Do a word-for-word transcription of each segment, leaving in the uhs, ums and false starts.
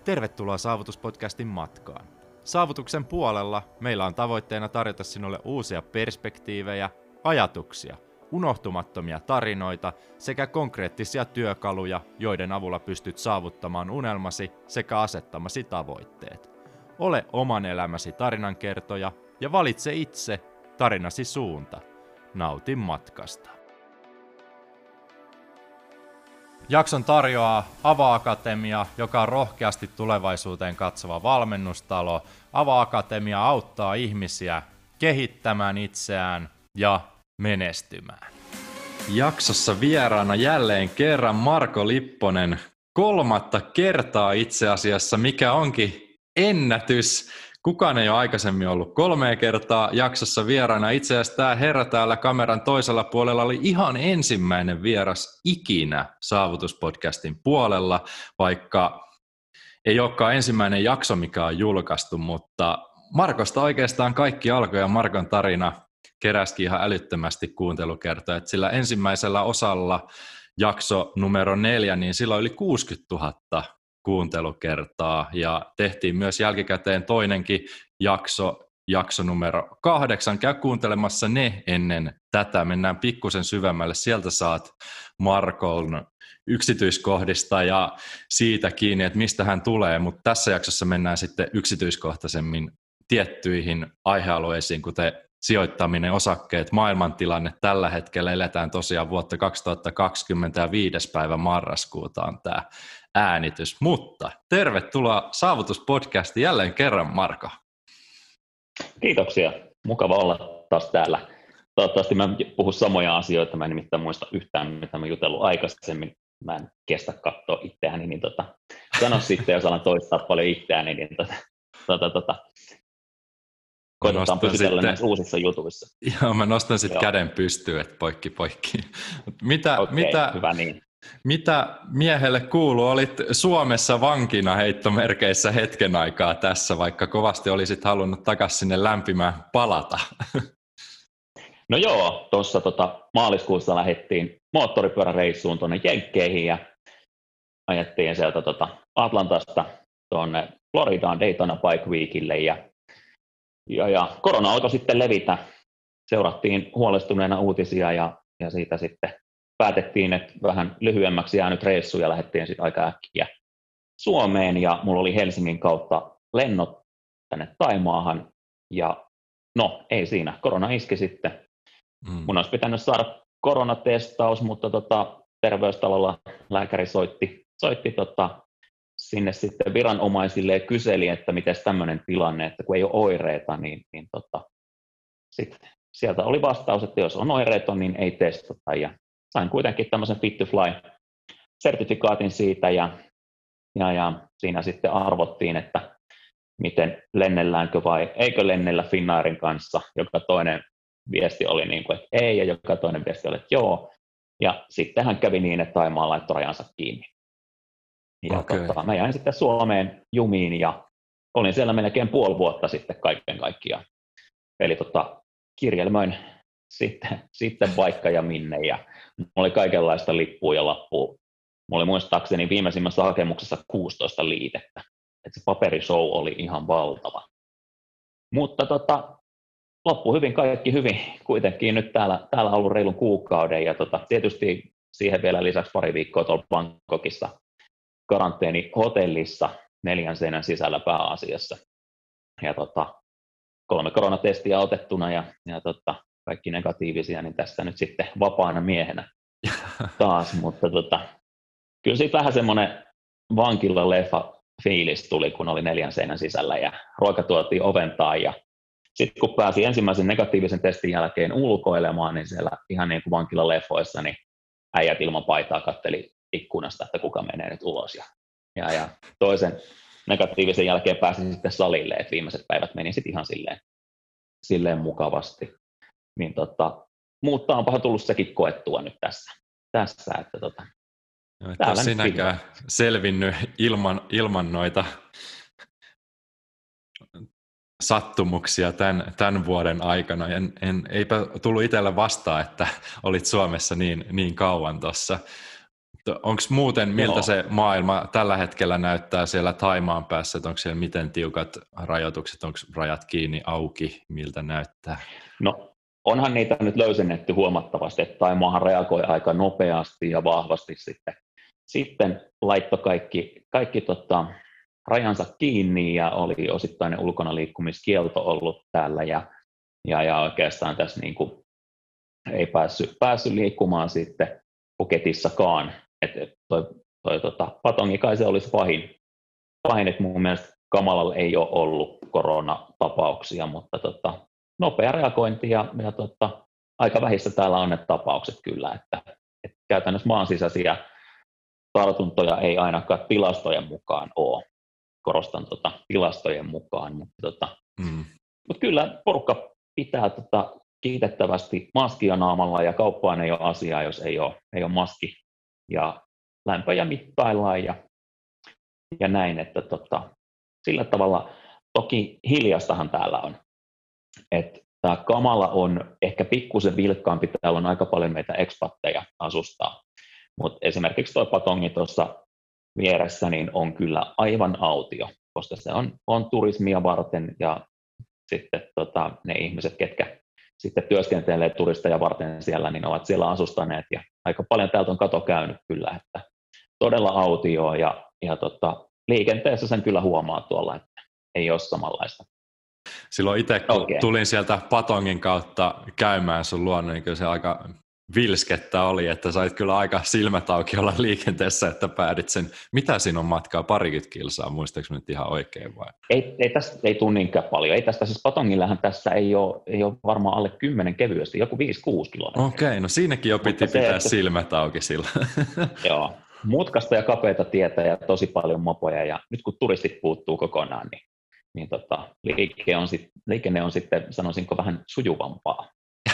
Tervetuloa Saavutuspodcastin matkaan. Saavutuksen puolella meillä on tavoitteena tarjota sinulle uusia perspektiivejä, ajatuksia, unohtumattomia tarinoita sekä konkreettisia työkaluja, joiden avulla pystyt saavuttamaan unelmasi sekä asettamasi tavoitteet. Ole oman elämäsi tarinankertoja ja valitse itse tarinasi suunta. Nauti matkasta. Jakson tarjoaa Ava-Akatemia, joka on rohkeasti tulevaisuuteen katsova valmennustalo. Ava-Akatemia auttaa ihmisiä kehittämään itseään ja menestymään. Jaksossa vieraana jälleen kerran Marko Lipponen. Kolmatta kertaa itse asiassa, mikä onkin ennätys. Kukaan ei ole aikaisemmin ollut kolmea kertaa jaksossa vieraana. Itse asiassa tämä herra täällä kameran toisella puolella oli ihan ensimmäinen vieras ikinä Saavutuspodcastin puolella, vaikka ei olekaan ensimmäinen jakso, mikä on julkaistu, mutta Markosta oikeastaan kaikki alkoi ja Markon tarina keräsikin ihan älyttömästi kuuntelukertoja. Sillä ensimmäisellä osalla jakso numero neljä, niin silloin yli kuusikymmentätuhatta kuuntelukertaa ja tehtiin myös jälkikäteen toinenkin jakso, jakso numero kahdeksan. Käy kuuntelemassa ne ennen tätä. Mennään pikkusen syvemmälle. Sieltä saat Markon yksityiskohdista ja siitä kiinni, että mistä hän tulee, mutta tässä jaksossa mennään sitten yksityiskohtaisemmin tiettyihin aihealueisiin, kuten sijoittaminen, osakkeet, maailmantilanne. Tällä hetkellä eletään tosiaan vuotta kaksituhattakaksikymmentä ja viides päivä marraskuuta on tämä äänitys. Mutta tervetuloa Saavutuspodcastiin jälleen kerran, Marko. Kiitoksia. Mukava olla taas täällä. Toivottavasti mä en puhu samoja asioita. Mä en nimittäin muista yhtään, mitä mä jutellut aikaisemmin. Mä en kestä katsoa itseäni, niin tota, sano sitten, jos alan toistaa paljon itseäni, niin tota, tota, tota. Koitetaan pysytellä näissä uusissa jutuissa. Joo, mä nostan sitten käden pystyyn, että poikki poikki. Mitä, okay, mitä, hyvä niin. Mitä miehelle kuuluu? Olit Suomessa vankina heittomerkeissä hetken aikaa tässä, vaikka kovasti olisit halunnut takaisin sinne lämpimään palata. No joo, tuossa tota, maaliskuussa lähdettiin moottoripyöräreissuun tuonne Jenkkeihin ja ajettiin sieltä tota Atlantasta tuonne Floridaan Daytona Bike Weekille ja, ja, ja korona alkoi sitten levitä. Seurattiin huolestuneena uutisia ja, ja siitä sitten päätettiin, että vähän lyhyemmäksi jäänyt reissu ja lähdettiin sitten aika äkkiä Suomeen ja mulla oli Helsingin kautta lennot tänne Taimaahan ja no ei siinä, korona iski sitten. Mm. Mun olisi pitänyt saada koronatestaus, mutta tota, terveystalolla lääkäri soitti, soitti tota, sinne sitten viranomaisille ja kyseli, että miten tämmöinen tilanne, että kun ei ole oireita, niin, niin tota, sitten sieltä oli vastaus, että jos on oireeton, niin ei testata ja sain kuitenkin tämmöisen Fit to Fly-sertifikaatin siitä ja, ja, ja siinä sitten arvottiin, että miten lennelläänkö vai eikö lennellä Finnairin kanssa. Joka toinen viesti oli niin kuin, että ei ja joka toinen viesti oli, että joo. Ja sittenhän kävi niin, että Taimaa laittoi rajansa kiinni. Ja okay. tota, mä jäin sitten Suomeen jumiin ja olin siellä melkein puoli vuotta sitten kaiken kaikkiaan. Eli tota, kirjelmöin Sitten, sitten vaikka ja minne, ja mulla oli kaikenlaista lippua ja lappua. Mulla oli muistaakseni viimeisimmässä hakemuksessa kuusitoista liitettä, että se paperishow oli ihan valtava. Mutta tota, loppu hyvin, kaikki hyvin. Kuitenkin nyt täällä, täällä on ollut reilun kuukauden, ja tota, tietysti siihen vielä lisäksi pari viikkoa tuolla Bangkokissa karanteenihotellissa neljän seinän sisällä pääasiassa. Ja tota, kolme koronatestiä otettuna, ja, ja tota, kaikki negatiivisia, niin tässä nyt sitten vapaana miehenä taas, mutta tota, kyllä siitä vähän semmoinen vankila-leffa fiilis tuli, kun oli neljän seinän sisällä ja ruoka tuotiin oventaan ja sitten kun pääsi ensimmäisen negatiivisen testin jälkeen ulkoilemaan, niin siellä ihan niin kuin vankila-leffoissa, niin äijät ilman paitaa katteli ikkunasta, että kuka menee nyt ulos ja, ja, ja toisen negatiivisen jälkeen pääsin sitten salille, että viimeiset päivät meni sitten ihan silleen, silleen mukavasti. Niin tota, mutta onpahan tullut sekin koettua nyt tässä, tässä että tota, no, et ole sinäkään selvinnyt ilman, ilman noita sattumuksia tämän, tämän vuoden aikana. En, en, eipä tullut itselle vastaan, että olit Suomessa niin, niin kauan tuossa. Onko muuten, miltä Joo. se maailma tällä hetkellä näyttää siellä Thaimaan päässä, että onko siellä miten tiukat rajoitukset, onko rajat kiinni, auki, miltä näyttää? No onhan niitä nyt löysennetty huomattavasti, että Taimaahan reagoi aika nopeasti ja vahvasti sitten. Sitten laittoi kaikki, kaikki tota, rajansa kiinni ja oli osittainen ulkona liikkumiskielto ollut täällä ja, ja, ja oikeastaan tässä niin kuin ei päässyt, päässyt liikkumaan sitten Phuketissakaan. Että toi, toi tota, Patongi kai se olisi pahin, pahin että mun mielestä Kamalalla ei ole ollut koronatapauksia, mutta tota, nopea reagointi ja, ja tota, aika vähissä täällä on ne tapaukset kyllä, että, että käytännössä maan sisäisiä tartuntoja ei ainakaan tilastojen mukaan ole. Korostan tota, tilastojen mukaan, mutta, tota, mm. mutta kyllä porukka pitää tota, kiitettävästi maskia naamalla ja kauppaan ei ole asiaa, jos ei ole, ei ole maski ja lämpöjä mittaillaan ja, ja näin, että tota, sillä tavalla toki hiljastahan täällä on. Että tämä Kamala on ehkä pikkusen vilkkaampi, täällä on aika paljon meitä expatteja asustaa, mutta esimerkiksi tuo Patongi tuossa vieressä niin on kyllä aivan autio, koska se on, on turismia varten ja sitten tota, ne ihmiset, ketkä sitten työskentelee turisteja varten siellä, niin ovat siellä asustaneet ja aika paljon täältä on kato käynyt kyllä, että todella autio ja, ja tota, liikenteessä sen kyllä huomaa tuolla, että ei ole samanlaista. Silloin itse, kun okay. tulin sieltä Patongin kautta käymään sun luona, niin kyllä se aika vilskettä oli, että sait kyllä aika silmät auki olla liikenteessä, että päädit sen. Mitä siinä on matkaa? Parikymmentä kilsaa, muistaaks nyt ihan oikein vai? Ei, ei tästä ei tule niinkään paljon. Ei tästä, siis Patongillähän tässä ei ole, ei ole varmaan alle kymmenen kevyesti, joku viisi kuusi kilometriä. Okei, okay, no siinäkin jo piti se, pitää että... silmät auki sillä. Joo, mutkasta ja kapeita tietä ja tosi paljon mopoja ja nyt kun turistit puuttuu kokonaan, niin, niin tota, liike on sit, liikenne on sitten, sanoisinko, vähän sujuvampaa.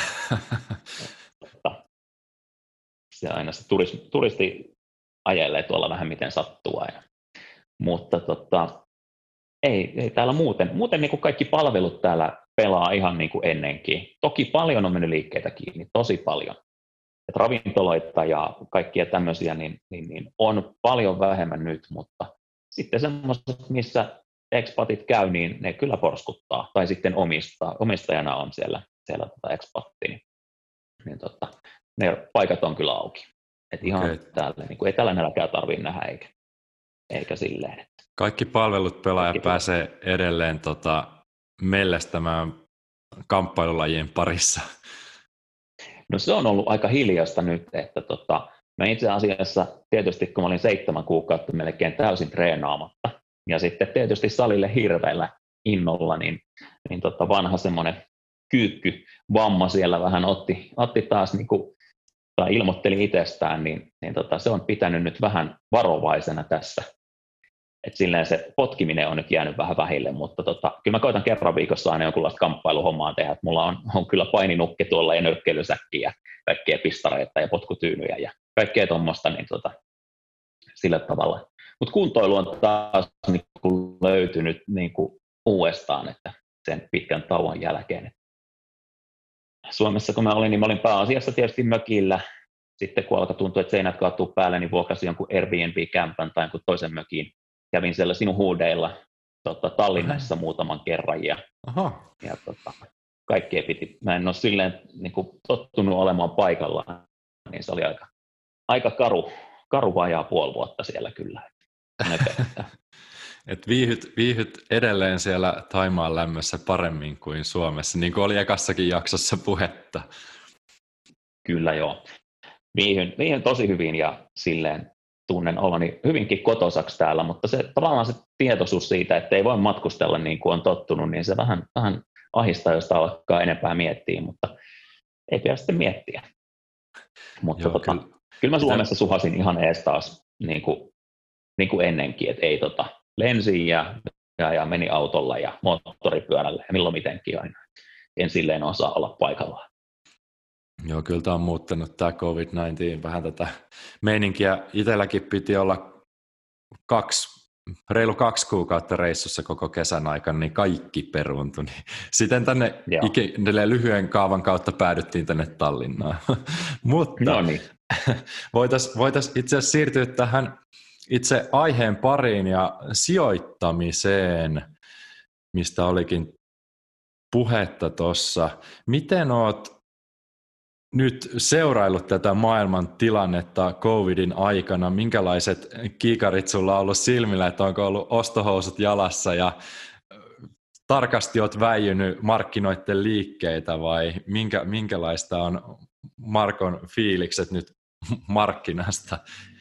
Se aina se turisti, turisti ajelee tuolla vähän miten sattuu aina. Mutta tota, ei, ei täällä muuten, muuten niin kuin kaikki palvelut täällä pelaa ihan niin kuin ennenkin. Toki paljon on mennyt liikkeitä kiinni, tosi paljon. Et ravintoloita ja kaikkia tämmöisiä niin, niin, niin on paljon vähemmän nyt, mutta sitten semmoiset, missä expatit käy, niin ne kyllä porskuttaa. Tai sitten omistaa, omistajana on siellä, siellä tota expatti. Niin, niin tota, ne paikat on kyllä auki. Et ihan okay. täällä, niin kuin, ei tällä nälkää tarvitse nähdä eikä, eikä silleen. Että kaikki palvelut pelaaja kaikki pääsee edelleen tota, mellestämään kamppailulajien parissa. No se on ollut aika hiljasta nyt, että tota, mä itse asiassa tietysti kun mä olin seitsemän kuukautta melkein täysin treenaamatta ja sitten tietysti salille hirveällä innolla, niin, niin tota vanha semmoinen kyykky vamma siellä vähän otti, otti taas niin kuin, tai ilmoitteli itsestään, niin, niin tota, se on pitänyt nyt vähän varovaisena tässä. Et silleen se potkiminen on nyt jäänyt vähän vähille, mutta tota, kyllä mä koitan kerran viikossa aina jonkunlaista kamppailuhommaa tehdä. Et mulla on, on kyllä paininukki tuolla ja nyrkkeilysäkki ja kaikkea pistareita ja potkutyynyjä ja kaikkea tuommoista niin tota, sillä tavalla. Mutta kuntoilu on taas niin kuin löytynyt niin kuin uudestaan, että sen pitkän tauon jälkeen. Suomessa kun mä olin, niin mä olin pääasiassa tietysti mökillä. Sitten kun alkoi tuntua, että seinät kaatuu päälle, niin vuokrasin jonkun Airbnb-kämpän tai jonkun toisen mökin. Kävin siellä sinun huudeilla tota, Tallinnassa Aha. muutaman kerran ja, ja tota, kaikkea piti. Mä en ole silleen niin kuin, tottunut olemaan paikallaan, niin se oli aika, aika karu, karu vajaa puoli vuotta siellä kyllä. Et viihyt, viihyt edelleen siellä Thaimaan lämmössä paremmin kuin Suomessa, niin kuin oli ekassakin jaksossa puhetta. Kyllä joo. Viihyn, viihyn tosi hyvin ja silleen tunnen oloni hyvinkin kotosaksi täällä, mutta se tavallaan se tietoisuus siitä, että ei voi matkustella niin kuin on tottunut, niin se vähän, vähän ahistaa, jos alkaa enempää miettiä, mutta ei pidä sitten miettiä. Mutta Joo, tota, kyllä. kyllä mä Suomessa suhasin ihan ees taas niin kuin, niin kuin ennenkin, että ei tota, lensin ja, ja, ja meni autolla ja moottoripyörällä ja milloin mitenkin aina. En silleen osaa olla paikallaan. Joo, kyllä tämä on muuttanut tämä covid yhdeksäntoista vähän tätä meininkiä. Itselläkin piti olla kaksi, reilu kaksi kuukautta reissussa koko kesän aikana, niin kaikki peruuntui. Sitten tänne ikinä lyhyen kaavan kautta päädyttiin tänne Tallinnaan. Mutta no niin. Voitaisiin voitais itse asiassa siirtyä tähän itse aiheen pariin ja sijoittamiseen, mistä olikin puhetta tuossa. Miten olet nyt seuraillut tätä maailman tilannetta covidin aikana? Minkälaiset kiikarit sulla on ollut silmillä, että onko ollut ostohousut jalassa ja tarkasti olet väijynyt markkinoiden liikkeitä vai minkä, minkälaista on Markon fiilikset nyt markkinasta?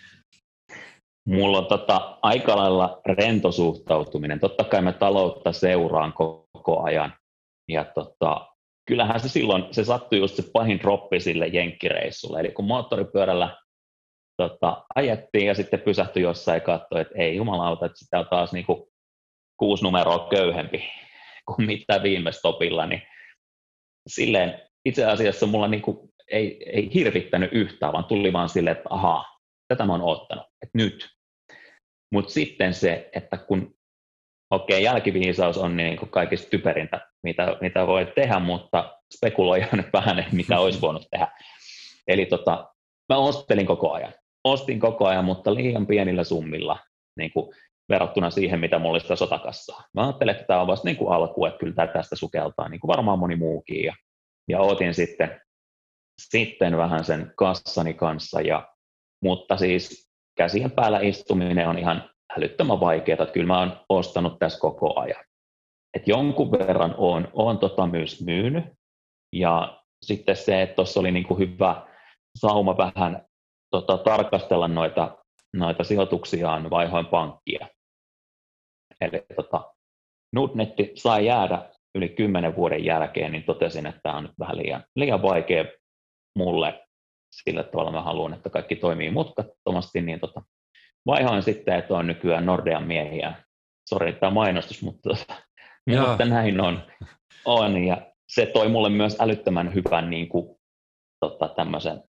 Mulla on tota, aika lailla rento suhtautuminen. Totta kai mä taloutta seuraan koko ajan. Ja tota, kyllähän se silloin, se sattui just se pahin droppi sille jenkkireissulle. Eli kun moottoripyörällä tota, ajettiin ja sitten pysähtyi jossain ja katsoi, että ei jumalauta, että sitä on taas niinku kuusi numeroa köyhempi kuin mitä viime stopilla, niin silleen itse asiassa mulla niinku ei, ei hirvittänyt yhtään, vaan tuli vaan silleen, että ahaa, tätä mä oon oottanut, että nyt. Mutta sitten se, että kun, okei, okay, jälkiviisaus on niinku kaikista typerintä, mitä, mitä voi tehdä, mutta spekuloidaan nyt vähän, että mitä olisi voinut tehdä. Eli tota, mä ostelin koko ajan. Ostin koko ajan, mutta liian pienillä summilla niin kuin verrattuna siihen, mitä mulla oli sitä sotakassaa. Mä ajattelin, että tämä on vasta niin kuin alku, että kyllä tästä sukeltaa, niin kuin varmaan moni muukin. Ja, ja otin sitten, sitten vähän sen kassani kanssa, ja, mutta siis käsien päällä istuminen on ihan älyttömän vaikeaa, että kyllä mä oon ostanut tässä koko ajan. Et jonkun verran oon, oon tota myös myynyt, ja sitten se, että tuossa oli niin kuin hyvä sauma vähän tota, tarkastella noita, noita sijoituksiaan vaihoin pankkia. Eli tota, Nordnetti sai jäädä yli kymmenen vuoden jälkeen, niin totesin, että tämä on nyt vähän liian, liian vaikea mulle sillä tavalla mä haluan, että kaikki toimii mutkattomasti, niin tota, vaihoin sitten, että on nykyään Nordean miehiä. Sori, tämä mainostus, mutta, mutta näin on. on. Ja se toi mulle myös älyttömän hyvän niin kuin, tota, tämmöisen,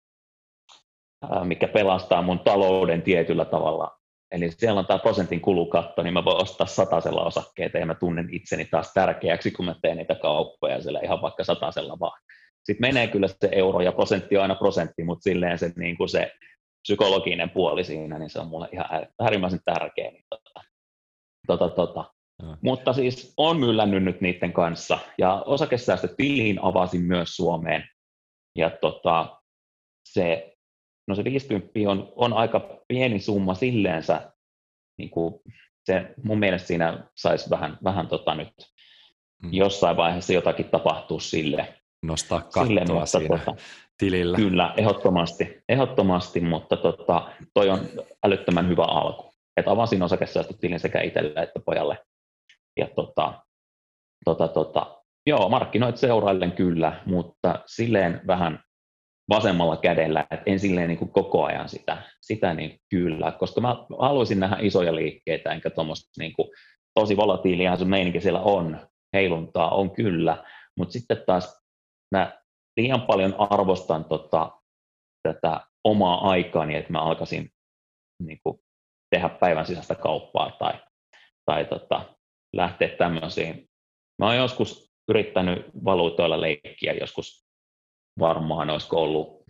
ää, mikä pelastaa mun talouden tietyllä tavalla. Eli siellä on tämä prosentin kulukatto, niin mä voin ostaa satasella osakkeita ja mä tunnen itseni taas tärkeäksi, kun mä teen niitä kauppoja siellä ihan vaikka satasella vaan. Sitten menee kyllä se euro ja prosentti on aina prosentti, mutta silleen se, niin kuin se psykologinen puoli siinä, niin se on mulle ihan äärimmäisen tärkeä. Niin tota, tota, tota. No. Mutta siis on myllännyt nyt niiden kanssa ja osakesäästötilin avasin myös Suomeen. Ja tota, se, no se viisikymmentä on, on aika pieni summa silleensä. Niin kuin se, mun mielestä siinä saisi vähän, vähän tota nyt mm. jossain vaiheessa jotakin tapahtua sille. Nostaa kattoa siinä tota, tilillä. Kyllä, ehdottomasti, ehdottomasti mutta tota, toi on älyttömän hyvä alku. Et avasin osakesäästötilin sekä itselle että pojalle. Ja tota, tota, tota, joo, markkinoit seuraillen kyllä, mutta silleen vähän vasemmalla kädellä, että en silleen niin kuin koko ajan sitä, sitä niin kyllä, koska mä haluaisin nähdä isoja liikkeitä, enkä tuommoista niin kuin, tosi volatiiliahan se meininki siellä on, heiluntaa on kyllä, mutta sitten taas mä liian paljon arvostan tota, tätä omaa aikaani, että mä alkaisin niin kuin, tehdä päivän sisäistä kauppaa tai, tai tota, lähteä tämmöisiin. Mä oon joskus yrittänyt valuutoilla leikkiä, joskus varmaan olisiko ollut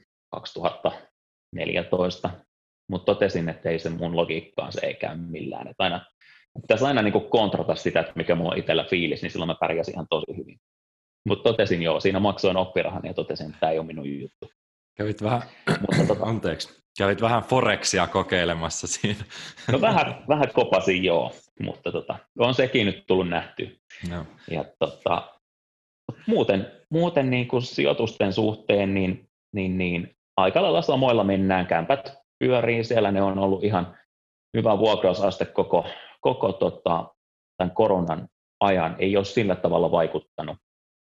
kaksituhattaneljätoista, mutta totesin, että ei se mun logiikkaan, se ei käy millään. Että aina, pitäisi aina niin kuin kontrata sitä, että mikä mulla on itsellä fiilis, niin silloin mä pärjäsin ihan tosi hyvin. Mutta totesin joo, siinä maksoin oppirahan ja totesin, että tämä ei ole minun juttu. Kävit vähän, mutta tota, anteeksi, kävit vähän Forexia kokeilemassa siinä. No vähän, vähän kopasin joo, mutta tota, on sekin nyt tullut nähtyä. No. Ja tota, muuten, muuten niin kuin sijoitusten suhteen, niin, niin, niin aika lailla samoilla mennään. Kämpät pyörii siellä, ne on ollut ihan hyvä vuokrausaste koko, koko tota, tämän koronan ajan. Ei ole sillä tavalla vaikuttanut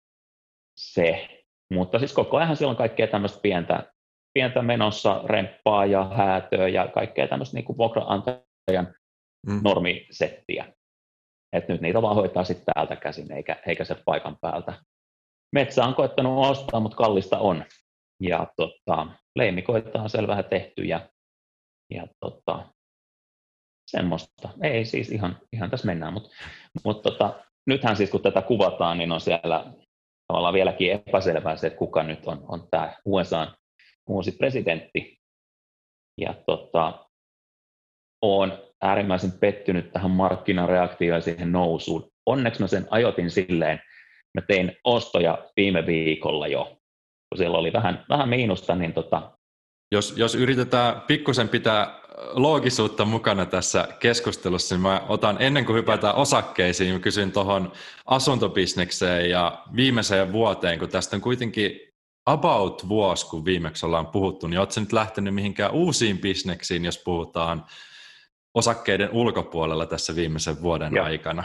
se, mutta siis koko ajan siellä on kaikkea tämmöistä pientä, pientä menossa, remppaa ja häätöä ja kaikkea tämmöistä niin kuin vuokraantajan mm. normisettiä. Että nyt niitä vaan hoitaa sitten täältä käsin, eikä, eikä se paikan päältä. Metsä on koettanut ostaa, mutta kallista on. Ja tota, leimikoita on selvähän tehty ja, ja tota, semmoista. Ei siis ihan, ihan tässä mennään, mutta mut tota, nythän siis kun tätä kuvataan, niin on siellä tavallaan vieläkin epäselvää se, että kuka nyt on, on tämä U S A:n uusi presidentti. ja tota, olen äärimmäisen pettynyt tähän markkinareaktioon ja siihen nousuun. Onneksi mä sen ajoitin silleen, mä tein ostoja viime viikolla jo, kun siellä oli vähän, vähän miinusta, niin tota... Jos, jos yritetään pikkusen pitää loogisuutta mukana tässä keskustelussa, niin mä otan ennen kuin hypätään osakkeisiin, mä kysyn tuohon asuntobisnekseen ja viimeiseen vuoteen, kun tästä on kuitenkin about vuosi, kun viimeksi ollaan puhuttu, niin ootko sä nyt lähtenyt mihinkään uusiin bisneksiin, jos puhutaan osakkeiden ulkopuolella tässä viimeisen vuoden ja. aikana?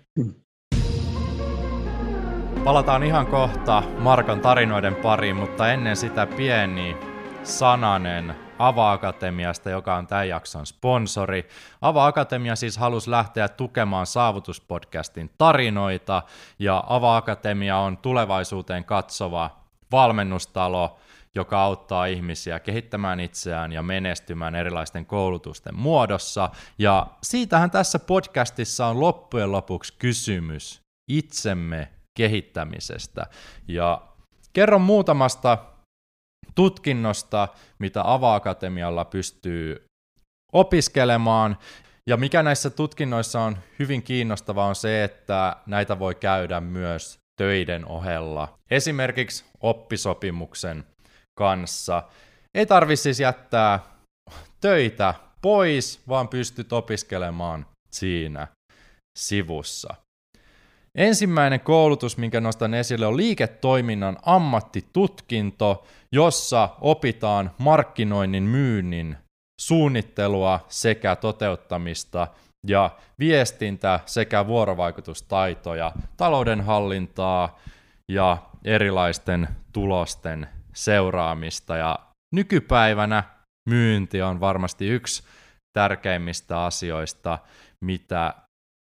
Palataan ihan kohta Markon tarinoiden pariin, mutta ennen sitä pieni sananen Ava-akatemiasta, joka on tämän jakson sponsori. Ava-akatemia siis halusi lähteä tukemaan Saavutuspodcastin tarinoita, ja Ava-akatemia on tulevaisuuteen katsova valmennustalo, joka auttaa ihmisiä kehittämään itseään ja menestymään erilaisten koulutusten muodossa. Ja siitähän tässä podcastissa on loppujen lopuksi kysymys itsemme kehittämisestä. Ja kerron muutamasta tutkinnosta, mitä Ava-akatemialla pystyy opiskelemaan. Ja mikä näissä tutkinnoissa on hyvin kiinnostavaa on se, että näitä voi käydä myös töiden ohella. Esimerkiksi oppisopimuksen kanssa. Ei tarvitse siis jättää töitä pois, vaan pystyt opiskelemaan siinä sivussa. Ensimmäinen koulutus, minkä nostan esille, on liiketoiminnan ammattitutkinto, jossa opitaan markkinoinnin, myynnin, suunnittelua sekä toteuttamista ja viestintä sekä vuorovaikutustaitoja, taloudenhallintaa ja erilaisten tulosten seuraamista. Ja nykypäivänä myynti on varmasti yksi tärkeimmistä asioista, mitä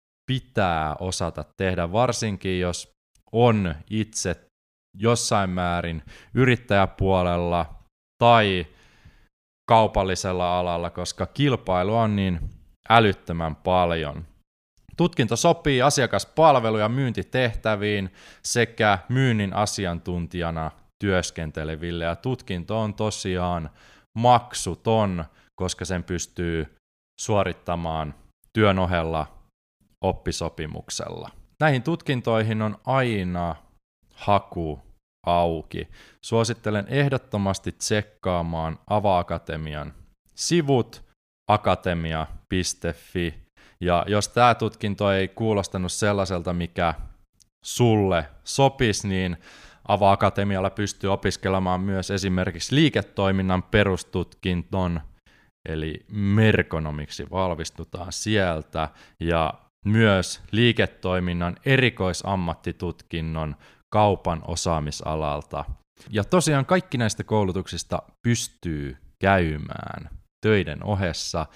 pitää osata tehdä, varsinkin jos on itse jossain määrin yrittäjäpuolella tai kaupallisella alalla, koska kilpailu on niin älyttömän paljon. Tutkinto sopii asiakaspalvelu- ja myyntitehtäviin sekä myynnin asiantuntijana työskenteleville, ja tutkinto on tosiaan maksuton, koska sen pystyy suorittamaan työn ohella oppisopimuksella. Näihin tutkintoihin on aina haku auki. Suosittelen ehdottomasti tsekkaamaan Ava-akatemian sivut akatemia piste fi. Ja jos tämä tutkinto ei kuulostanut sellaiselta, mikä sulle sopisi, niin Ava-akatemialla pystyy opiskelemaan myös esimerkiksi liiketoiminnan perustutkinton, eli merkonomiksi valmistutaan sieltä, ja myös liiketoiminnan erikoisammattitutkinnon kaupan osaamisalalta. Ja tosiaan kaikki näistä koulutuksista pystyy käymään töiden ohessa,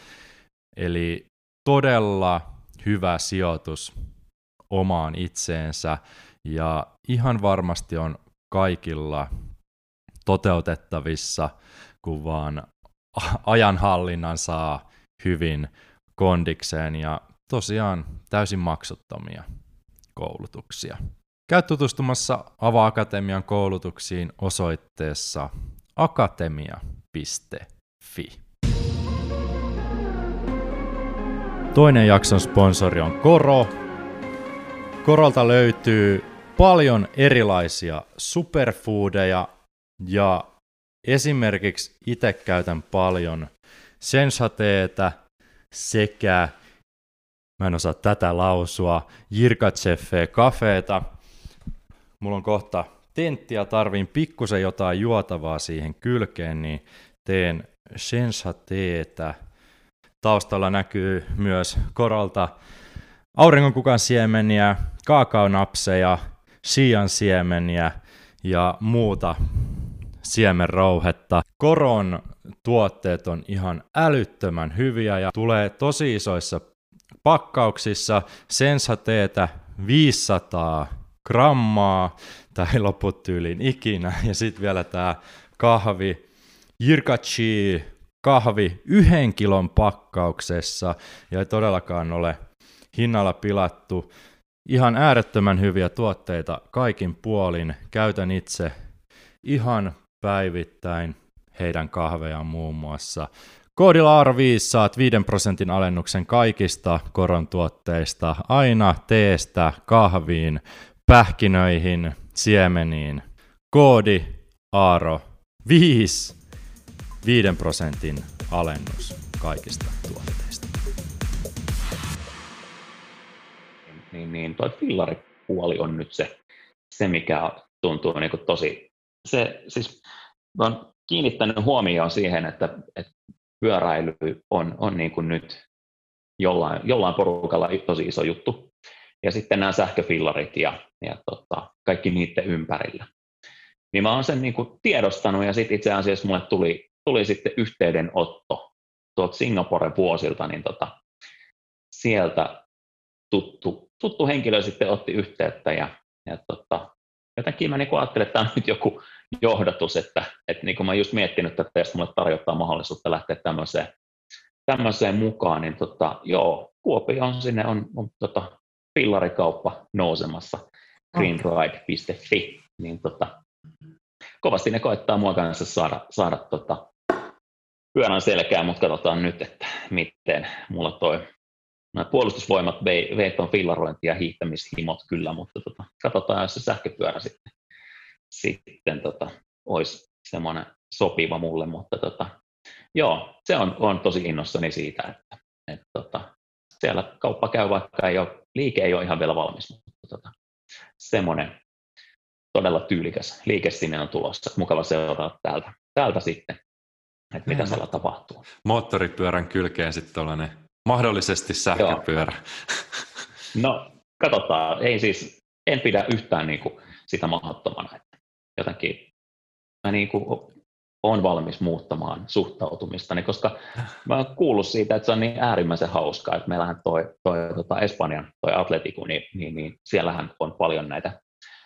eli todella hyvä sijoitus omaan itseensä, ja ihan varmasti on kaikilla toteutettavissa, kun vaan ajanhallinnan saa hyvin kondikseen, ja tosiaan täysin maksuttomia koulutuksia. Käy tutustumassa Ava-akatemian koulutuksiin osoitteessa akatemia piste fi. Toinen jakson sponsori on Koro. Korolta löytyy paljon erilaisia superfoodeja, ja esimerkiksi itse käytän paljon sensateetä sekä, mä en osaa tätä lausua, Jirkatsefe kafeeta. Mulla on kohta tentti ja tarviin pikkusen jotain juotavaa siihen kylkeen, niin teen sensateetä. Taustalla näkyy myös Korolta auringonkukan siemeniä, kaakaonapseja, shian siemeniä ja muuta siemenrouhetta. Koron tuotteet on ihan älyttömän hyviä ja tulee tosi isoissa pakkauksissa. Sensateetä viisisataa grammaa, tai ei lopu tyyliin ikinä, ja sitten vielä tämä kahvi, Jirkachi kahvi yhden kilon pakkauksessa, ja ei todellakaan ole hinnalla pilattu. Ihan äärettömän hyviä tuotteita kaikin puolin. Käytän itse ihan päivittäin heidän kahvejaan muun muassa. Koodilla A R O viisi saat viiden prosentin alennuksen kaikista koron tuotteista, aina teestä, kahviin, pähkinöihin, siemeniin. Koodi A R O viisi, viiden prosentin alennus kaikista tuotteista. Niin, niin toi fillaripuoli on nyt se, se mikä tuntuu niin kuin tosi, se siis olen kiinnittänyt huomioon siihen, että, että pyöräily on, on niin kuin nyt jollain, jollain porukalla tosi iso juttu. Ja sitten nämä sähköfillarit ja, ja tota, kaikki niiden ympärillä. Niin mä oon sen niin kuin tiedostanut ja sitten itse asiassa mulle tuli, tuli sitten yhteydenotto tuolta Singaporen vuosilta, niin tota, sieltä tuttu, tuttu henkilö sitten otti yhteyttä ja, ja tota, jotenkin mä niin kuin ajattelin, että tämä on nyt joku johdatus, että, että niin kuin mä just miettinyt, että jos mulle tarjottaa mahdollisuutta lähteä tämmöiseen, tämmöiseen mukaan, niin tota, joo, Kuopioon sinne on, on tota, fillarikauppa nousemassa, greenride piste fi, niin tota, kovasti ne koittaa mua kanssa saada, saada tota, pyörän selkään, mutta katsotaan nyt, että miten mulla toi puolustusvoimat vei tuon fillarointi- ja hiihtämishimot kyllä, mutta tota, katsotaan, jos se sähköpyörä sitten, sitten tota, olisi semmoinen sopiva mulle, mutta tota, joo, se on, on tosi innossani siitä, että et, tota, siellä kauppa käy, vaikka ei ole, liike ei ole ihan vielä valmis, mutta tota, semmoinen todella tyylikäs liike sinne on tulossa, mukava seurata täältä, täältä sitten, että mitä siellä tapahtuu. Moottoripyörän kylkeen sitten tuollainen mahdollisesti sähköpyörä. Joo. No, katsotaan. Ei siis, en pidä yhtään niin kuin sitä mahdottomana. Että jotenkin mä niin kuin olen valmis muuttamaan suhtautumistani, koska mä oon kuullut siitä, että se on niin äärimmäisen hauskaa, että meillähän toi, toi tota Espanjan toi Atletico, niin, niin, niin siellähän on paljon näitä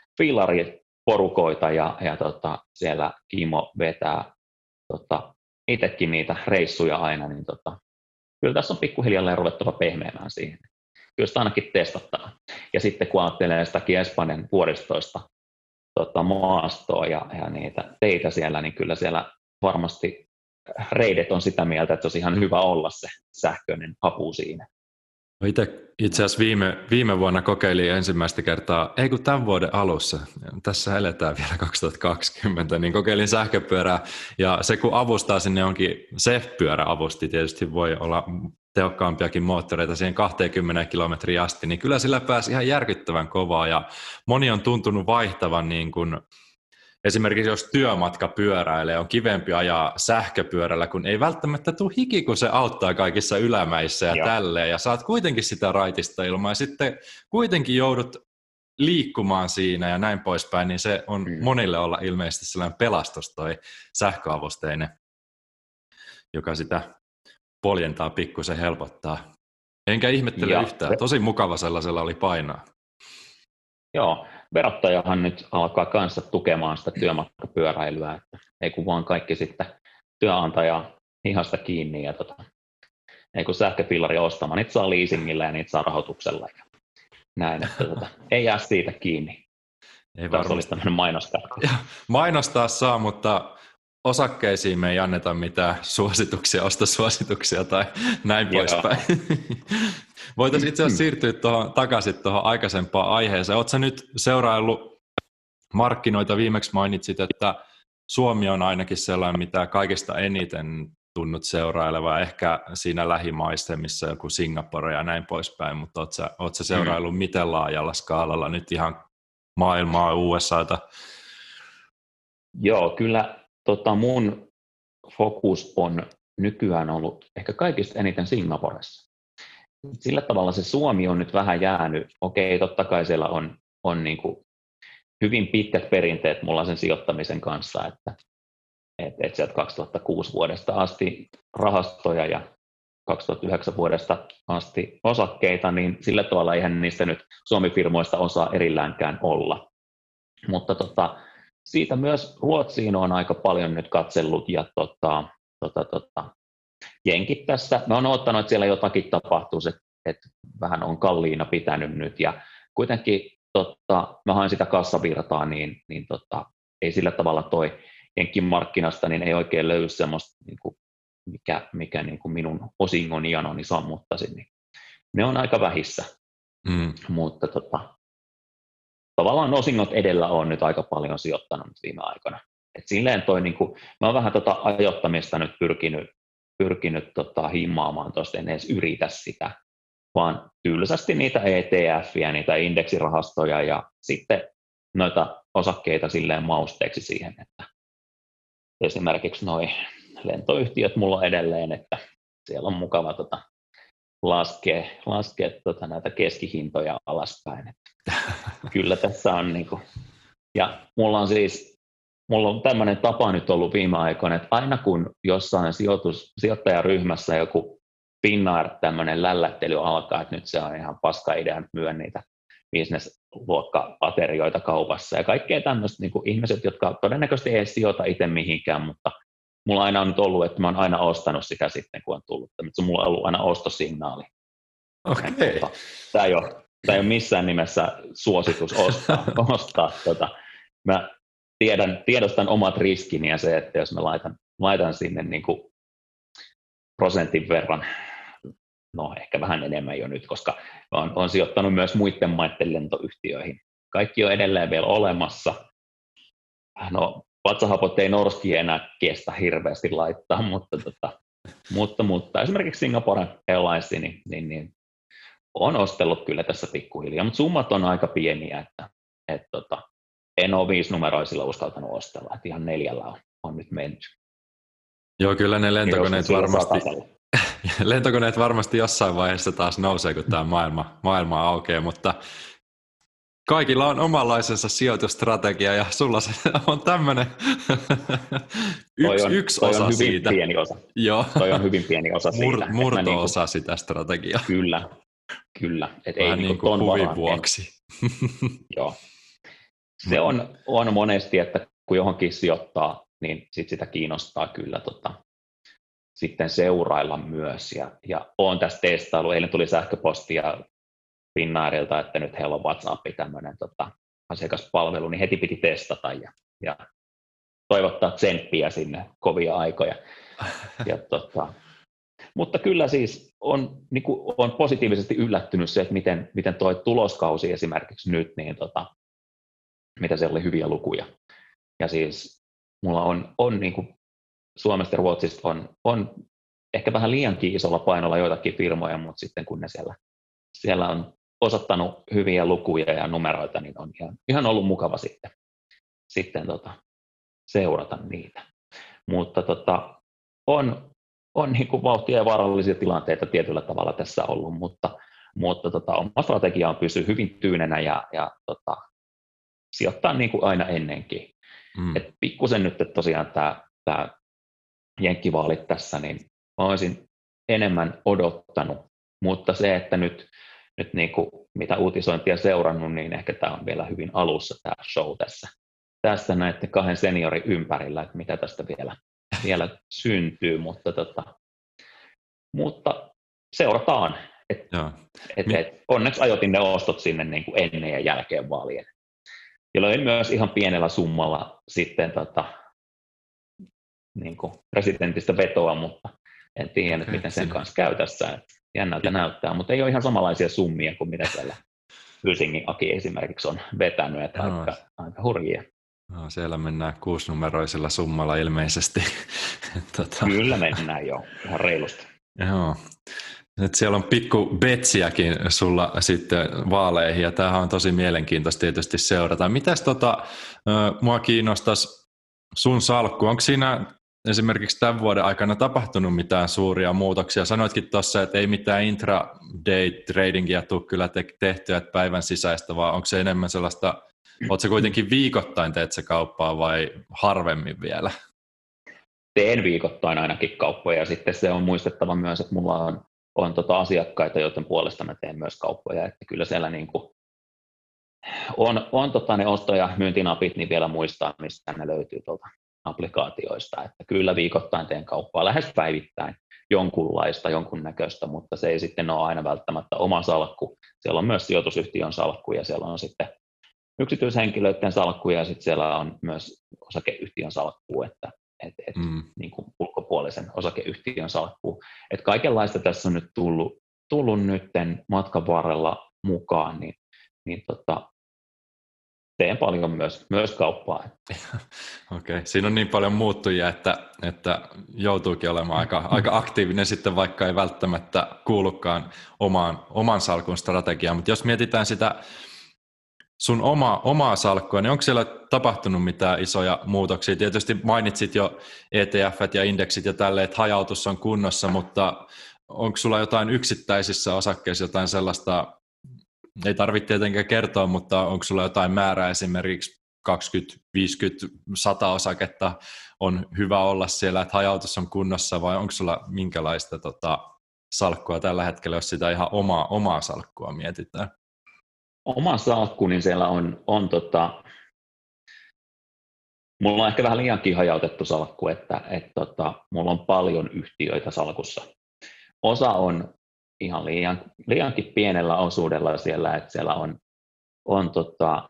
fillariporukoita ja, ja tota, siellä Kimo vetää tota, itsekin niitä reissuja aina, niin tota, kyllä tässä on pikkuhiljalleen ruvettava pehmeämään siihen. Kyllä sitä ainakin testataan. Ja sitten kun ajattelee sitäkin Espanjan vuoristoista tota, maastoa ja, ja niitä teitä siellä, niin kyllä siellä varmasti reidet on sitä mieltä, että se olisi ihan hyvä olla se sähköinen apu siinä. Itse, itse asiassa viime, viime vuonna kokeilin ensimmäistä kertaa, ei kun tämän vuoden alussa, tässä eletään vielä kaksituhattakaksikymmentä, niin kokeilin sähköpyörää ja se kun avustaa sinne onkin, S E F-pyörä avusti, tietysti voi olla tehokkaampiakin moottoreita siihen kaksikymmentä kilometriä asti, niin kyllä sillä pääsi ihan järkyttävän kovaa ja moni on tuntunut vaihtavan niin kuin esimerkiksi jos työmatka pyöräilee, on kivempi ajaa sähköpyörällä, kun ei välttämättä tule hiki, kun se auttaa kaikissa ylämäissä ja Joo. tälleen, ja saat kuitenkin sitä raitista ilmaa, ja sitten kuitenkin joudut liikkumaan siinä ja näin poispäin, niin se on mm. monille olla ilmeisesti sellainen pelastus toi sähköavusteinen, joka sitä poljentaa pikkusen helpottaa. Enkä ihmettele ja. yhtään, tosi mukava sellaisella oli painaa. Joo, verottajahan nyt alkaa kanssa tukemaan sitä työmatkapyöräilyä, että ei kun vaan kaikki sitten työnantaja hihasta kiinni ja tota, ei kun sähköfillari ostamaan, niitä saa leasingillä ja niitä saa rahoituksella ja näin, että tota, ei jää siitä kiinni. Ei Tässä olisi tämmöinen mainoskatko. Mainostaa saa, mutta osakkeisiin me ei anneta mitään suosituksia, ostosuosituksia tai näin poispäin. Voitaisiin itse asiassa siirtyä tuohon, takaisin tuohon aikaisempaan aiheeseen. Oletko nyt seuraillut markkinoita? Viimeksi mainitsit, että Suomi on ainakin sellainen, mitä kaikista eniten tunnut seuraileva, ehkä siinä lähimaissa, missä joku Singapore ja näin poispäin, mutta oletko sä, oletko sä seuraillut mm. miten laajalla skaalalla nyt ihan maailmaa, U S A:ta? Joo, kyllä tota mun fokus on nykyään ollut ehkä kaikista eniten Singaporessa. Sillä tavalla se Suomi on nyt vähän jäänyt. Okei, totta kai siellä on, on niin kuin hyvin pitkät perinteet mulla sen sijoittamisen kanssa, että et, et sieltä kaksituhattakuusi vuodesta asti rahastoja ja kaksituhattayhdeksän vuodesta asti osakkeita, niin sillä tavalla eihän niistä nyt Suomi-firmoista osaa erilläänkään olla. Mutta tota, siitä myös Ruotsiin on aika paljon nyt katsellut ja tota, tota, tota, jenkit tässä. Mä oon odottanut, että siellä jotakin tapahtuu, että, että vähän on kalliina pitänyt nyt ja kuitenkin tota, mä haen sitä kassavirtaa, niin, niin tota, ei sillä tavalla toi jenkin markkinasta, niin ei oikein löydy semmoista niin kuin mikä, mikä niin kuin minun osingon janoni sammuttaisi, niin ne on aika vähissä. Mm. Mutta tota, tavallaan osingot edellä on nyt aika paljon sijoittanut viime aikoina. Et silleen toi, niin kuin, mä oon vähän tota ajoittamista nyt pyrkinyt, pyrkinyt tota himmaamaan tuosta, en edes yritä sitä, vaan tylsästi niitä E T F:iä, niitä indeksirahastoja ja sitten noita osakkeita silleen mausteeksi siihen, että esimerkiksi noi lentoyhtiöt mulla on edelleen, että siellä on mukava tota laskea, laskea tota näitä keskihintoja alaspäin. Että kyllä tässä on niinku, ja mulla on siis, mulla on tämmöinen tapa nyt ollut viime aikoina, että aina kun jossain sijoitus, sijoittajaryhmässä joku Finnair tämmöinen lällättely alkaa, että nyt se on ihan paska idea nyt myydä niitä business-luokka-aterioita kaupassa ja kaikkea tämmöistä niin kuin ihmiset, jotka todennäköisesti ei sijoita itse mihinkään, mutta mulla aina on nyt ollut, että mä oon aina ostanut sitä sitten, kun on tullut. Se mulla on ollut aina ostosignaali. Okei. Okay. Tämä ei ole, tämä ei ole missään nimessä suositus ostaa. ostaa tota. Mä tiedän, tiedostan omat riskini ja se, että jos mä laitan, laitan sinne niin kuin prosentin verran, no ehkä vähän enemmän jo nyt, koska on, on sijoittanut myös muiden maiden lentoyhtiöihin. Kaikki on edelleen vielä olemassa. No, vatsahapot ei Norski enää kestä hirveästi laittaa, mutta, tota, mutta, mutta esimerkiksi Singapore Airlines niin, niin, niin, on ostellut kyllä tässä pikkuhiljaa, mutta summat on aika pieniä, että et, tota, en ole viisinumeroisilla uskaltanut ostella, että ihan neljällä on, on nyt menty. Joo, kyllä ne lentokoneet varmasti, lentokoneet varmasti jossain vaiheessa taas nousee, kun tämä maailma, maailma aukeaa, mutta kaikilla on omanlaisensa sijoitusstrategia ja sulla se on tämmöinen yksi, on, yksi osa on siitä. Pieni osa. Joo. Toi on hyvin pieni osa Mur, siitä. Murto-osa niinku, sitä strategiaa. Kyllä, kyllä. Et vähän ei niin kuin huvin vuoksi. Joo. Se on, on monesti, että kun johonkin sijoittaa, niin sit sitä kiinnostaa kyllä tota, sitten seurailla myös. Ja, ja olen tässä testaillut, eilen tuli sähköpostia Finnairilta, että nyt heillä on WhatsApp, tämmöinen tota, asiakaspalvelu, niin heti piti testata ja, ja toivottaa tsemppiä sinne kovia aikoja. Ja, tota, mutta kyllä siis on, niin kuin, on positiivisesti yllättynyt se, että miten, miten tuo tuloskausi esimerkiksi nyt, niin tota, mitä siellä oli hyviä lukuja. Ja siis mulla on, on niin kuin Suomesta ja Ruotsista on, on ehkä vähän liiankin isolla painolla joitakin firmoja, mutta sitten kun ne siellä, siellä on osoittanut hyviä lukuja ja numeroita, niin on ihan, ihan ollut mukava sitten, sitten tota, seurata niitä. Mutta tota, on, on niin kuin vauhtia ja vaarallisia tilanteita tietyllä tavalla tässä ollut, mutta, mutta tota, oma strategia on pysyä hyvin tyynenä ja, ja tota, sijoittaa niin kuin aina ennenkin. Mm. Et pikkusen nyt että tosiaan tämä, tämä jenkkivaalit tässä, niin olisin enemmän odottanut, mutta se, että nyt, nyt niin kuin, mitä uutisointia seurannut, niin ehkä tämä on vielä hyvin alussa tämä show tässä, tässä näiden kahden seniorin ympärillä, että mitä tästä vielä, vielä syntyy, mutta, tota, mutta seurataan. Et, et, et, onneksi ajoitin ne ostot sinne niin kuin ennen ja jälkeen vaalien. Ja löin myös ihan pienellä summalla sitten tota, niin kuin presidentistä vetoa, mutta en tiedä, okay, miten sen kanssa käy tässä. Jännältä ja näyttää, mutta ei ole ihan samanlaisia summia kuin mitä siellä Helsingin Aki esimerkiksi on vetänyt, että no. aika, aika hurjia. No, siellä mennään kuusinumeroisella summalla ilmeisesti. tota. Kyllä mennään jo, ihan reilusti. Joo. Nyt siellä on pikku betsiäkin sulla sitten vaaleihin, ja tämähän on tosi mielenkiintoista tietysti seurata. Mitäs tota, mua kiinnostaisi sun salkku? Onko siinä esimerkiksi tämän vuoden aikana tapahtunut mitään suuria muutoksia? Sanoitkin tuossa, että ei mitään intraday tradingia tule kyllä tehtyä, että päivän sisäistä, vaan onko se enemmän sellaista, oletko se kuitenkin viikoittain teet se kauppaa vai harvemmin vielä? Teen viikoittain ainakin kauppoja, ja sitten se on muistettava myös, että mulla on on tota asiakkaita, joiden puolesta mä teen myös kauppoja, että kyllä siellä niin kuin on, on tota ne osto- ja myyntinapit, niin vielä muistaa, mistä ne löytyy tuolta applikaatioista, että kyllä viikoittain teen kauppaa lähes päivittäin jonkunlaista, jonkunnäköistä, mutta se ei sitten ole aina välttämättä oma salkku. Siellä on myös sijoitusyhtiön salkku ja siellä on sitten yksityishenkilöiden salkku ja sitten siellä on myös osakeyhtiön salkku, että, et, et, mm. niin kuin ulkopuolisen osakeyhtiön salkkuun. Et kaikenlaista tässä on nyt tullut, tullut nytten matkan varrella mukaan, niin, niin tota, teen paljon myös, myös kauppaa. Okei, okay. Siinä on niin paljon muuttujia, että, että joutuukin olemaan aika, aika aktiivinen sitten, vaikka ei välttämättä kuulukaan omaan, oman salkun strategiaan. Mutta jos mietitään sitä sun oma, omaa salkkua, niin onko siellä tapahtunut mitään isoja muutoksia? Tietysti mainitsit jo E T F:t ja indeksit ja tälleen, että hajautus on kunnossa, mutta onko sulla jotain yksittäisissä osakkeissa jotain sellaista, ei tarvitse tietenkään kertoa, mutta onko sulla jotain määrää esimerkiksi kaksikymmentä, viisikymmentä, sata osaketta on hyvä olla siellä, että hajautus on kunnossa, vai onko sulla minkälaista tota, salkkua tällä hetkellä, jos sitä ihan omaa, omaa salkkua mietitään? Oma salkku, niin siellä on, on tota, mulla on ehkä vähän liiankin hajautettu salkku, että et tota, mulla on paljon yhtiöitä salkussa. Osa on ihan liian, liiankin pienellä osuudella siellä, että siellä on, on tota,